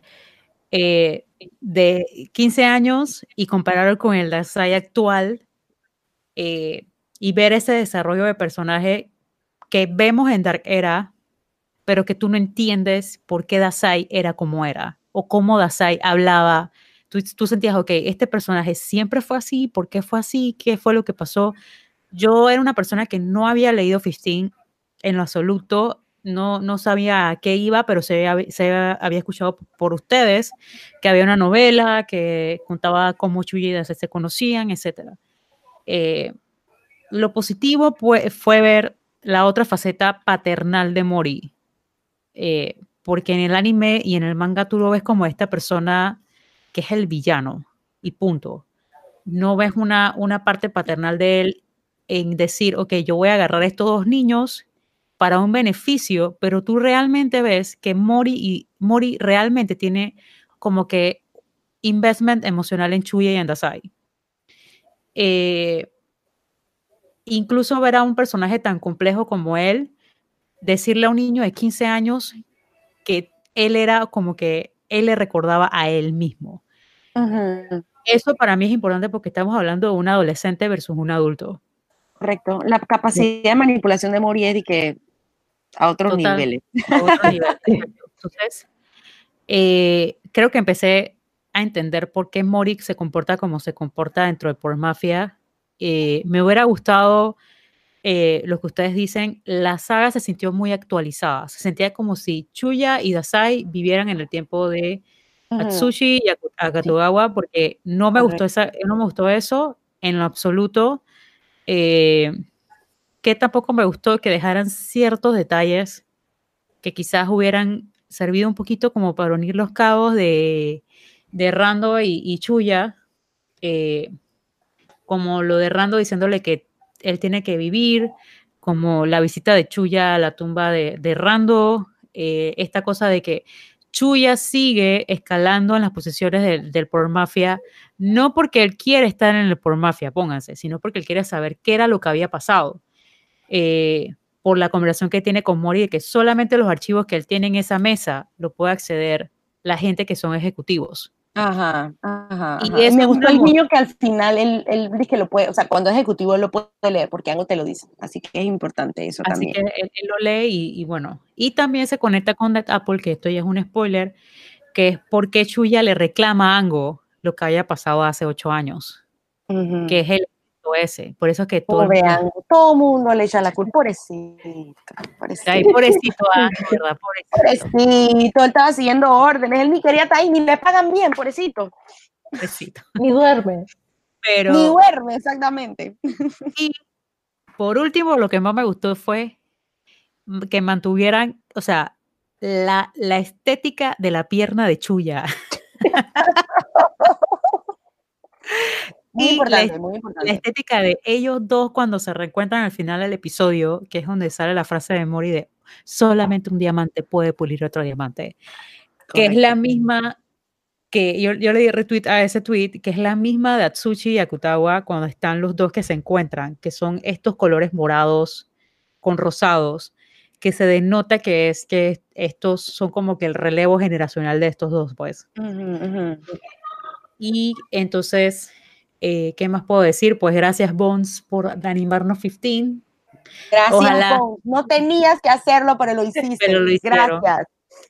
eh, de quince años y compararlo con el Dazai actual eh, y ver ese desarrollo de personaje que vemos en Dark Era, pero que tú no entiendes por qué Dazai era como era o cómo Dazai hablaba. Tú, tú sentías, ok, este personaje siempre fue así, ¿por qué fue así? ¿Qué fue lo que pasó? Yo era una persona que no había leído quince en lo absoluto, no, no sabía a qué iba, pero se, se había escuchado por ustedes que había una novela que contaba cómo Chuya y Dazai se conocían, etcétera. Eh, lo positivo fue, fue ver la otra faceta paternal de Mori, eh, porque en el anime y en el manga tú lo ves como esta persona que es el villano y punto. No ves una, una parte paternal de él en decir, ok, yo voy a agarrar a estos dos niños para un beneficio, pero tú realmente ves que Mori, y Mori realmente tiene como que investment emocional en Chuya y en Dazai. Eh, incluso ver a un personaje tan complejo como él, decirle a un niño de quince años que él era como que él le recordaba a él mismo. Uh-huh. Eso para mí es importante porque estamos hablando de un adolescente versus un adulto. Correcto. La capacidad sí. de manipulación de Mori es de que a otros Total, niveles. A otros niveles. Entonces, eh, creo que empecé a entender por qué Mori se comporta como se comporta dentro de Por Mafia. Eh, me hubiera gustado eh, lo que ustedes dicen, la saga se sintió muy actualizada. Se sentía como si Chuya y Dazai vivieran en el tiempo de uh-huh. Atsushi y Akutagawa, sí. porque no me, gustó esa, no me gustó eso en lo absoluto. Eh, que tampoco me gustó que dejaran ciertos detalles que quizás hubieran servido un poquito como para unir los cabos de, de Rando y, y Chuya, eh, como lo de Rando diciéndole que él tiene que vivir, como la visita de Chuya a la tumba de, de Rando, eh, esta cosa de que Chuya sigue escalando en las posiciones del, del Por Mafia, no porque él quiere estar en el Por Mafia, pónganse, sino porque él quiere saber qué era lo que había pasado. Eh, por la conversación que tiene con Mori, de que solamente los archivos que él tiene en esa mesa lo puede acceder la gente que son ejecutivos. Ajá, ajá. Y ajá. me gustó el niño que al final él, él dice que lo puede, o sea, cuando es ejecutivo él lo puede leer porque algo te lo dice. Así que es importante eso Así también. Así que él, él lo lee y, y bueno. Y también se conecta con Dead Apple, que esto ya es un spoiler, que es por qué Chuya le reclama a Ango lo que haya pasado hace ocho años, uh-huh. que es el ese, por eso es que todo Pobre el mundo, Ango, todo mundo le echa la culpa, pobrecito, pobrecito, Ay, pobrecito Ango, ¿verdad? Pobrecito. pobrecito, él estaba siguiendo órdenes, él ni quería estar ahí, ni le pagan bien, pobrecito. Pobrecito. Ni duerme. Pero, ni duerme, exactamente. Y por último, lo que más me gustó fue que mantuvieran, o sea, la, la estética de la pierna de Chuya. Muy y importante, la, muy importante. La estética de ellos dos cuando se reencuentran al final del episodio, que es donde sale la frase de Mori de solamente un diamante puede pulir otro diamante. Correcto. Que es la misma que yo, yo le di retweet a ese tweet, que es la misma de Atsushi y Akutawa cuando están los dos que se encuentran, que son estos colores morados con rosados, que se denota que es que estos son como que el relevo generacional de estos dos, pues. Uh-huh, uh-huh. Y entonces, eh, ¿qué más puedo decir? Pues gracias, Bones, por animarnos quince. Gracias, Ojalá, Bones. No tenías que hacerlo, pero lo hiciste. Pero lo hicieron. Gracias.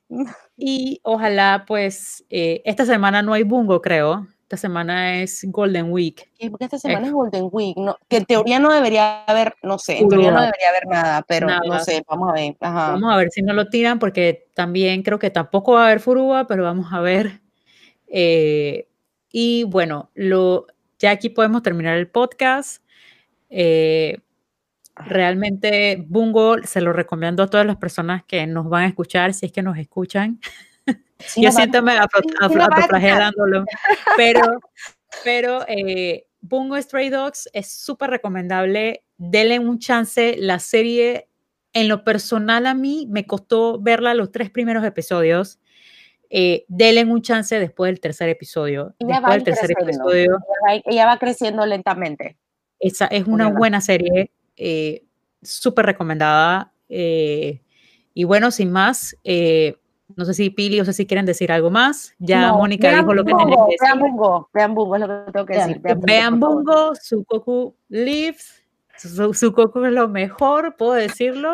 Y ojalá, pues, eh, esta semana no hay Bungo, creo. Esta semana es Golden Week. Sí, porque esta semana eh. es Golden Week. No, que en teoría no debería haber, no sé, en teoría no debería haber nada, pero nada. no sé, vamos a ver. Ajá. Vamos a ver si no lo tiran, porque también creo que tampoco va a haber Furuba, pero vamos a ver. Eh, y bueno, lo, ya aquí podemos terminar el podcast. Eh, Realmente Bungo se lo recomiendo a todas las personas que nos van a escuchar, si es que nos escuchan. Sí, yo siento me autoflagelándolo, pero, pero eh, Bungo Stray Dogs es súper recomendable. Denle un chance. La serie, en lo personal a mí, me costó verla los tres primeros episodios. Eh, denle un chance después del tercer episodio. Ella después va del tercer creciendo. episodio. Ella va, ella va creciendo lentamente. Esa es una Muy buena serie. Eh, súper recomendada. Eh, y bueno, sin más, eh, no sé si Pili o sé si quieren decir algo más. Ya no, Mónica dijo lo que tenía que decir. Vean Bungo, vean Bungo, es lo que tengo que vean, decir. Vean, vean Bungo, Sukoku Lives. Sukoku es lo mejor, puedo decirlo.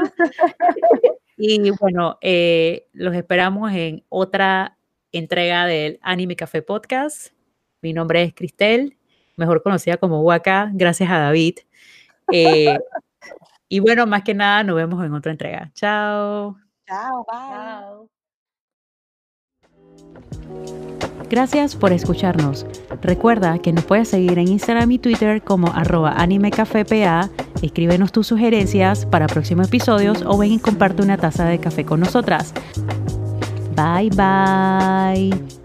Y bueno, eh, los esperamos en otra entrega del Anime Café Podcast. Mi nombre es Cristel, mejor conocida como Waka, gracias a David. Eh, y bueno, más que nada, nos vemos en otra entrega. Chao. Chao, bye. Chao. Gracias por escucharnos. Recuerda que nos puedes seguir en Instagram y Twitter como arroba animecafepa. Escríbenos tus sugerencias para próximos episodios o ven y comparte una taza de café con nosotras. Bye, bye.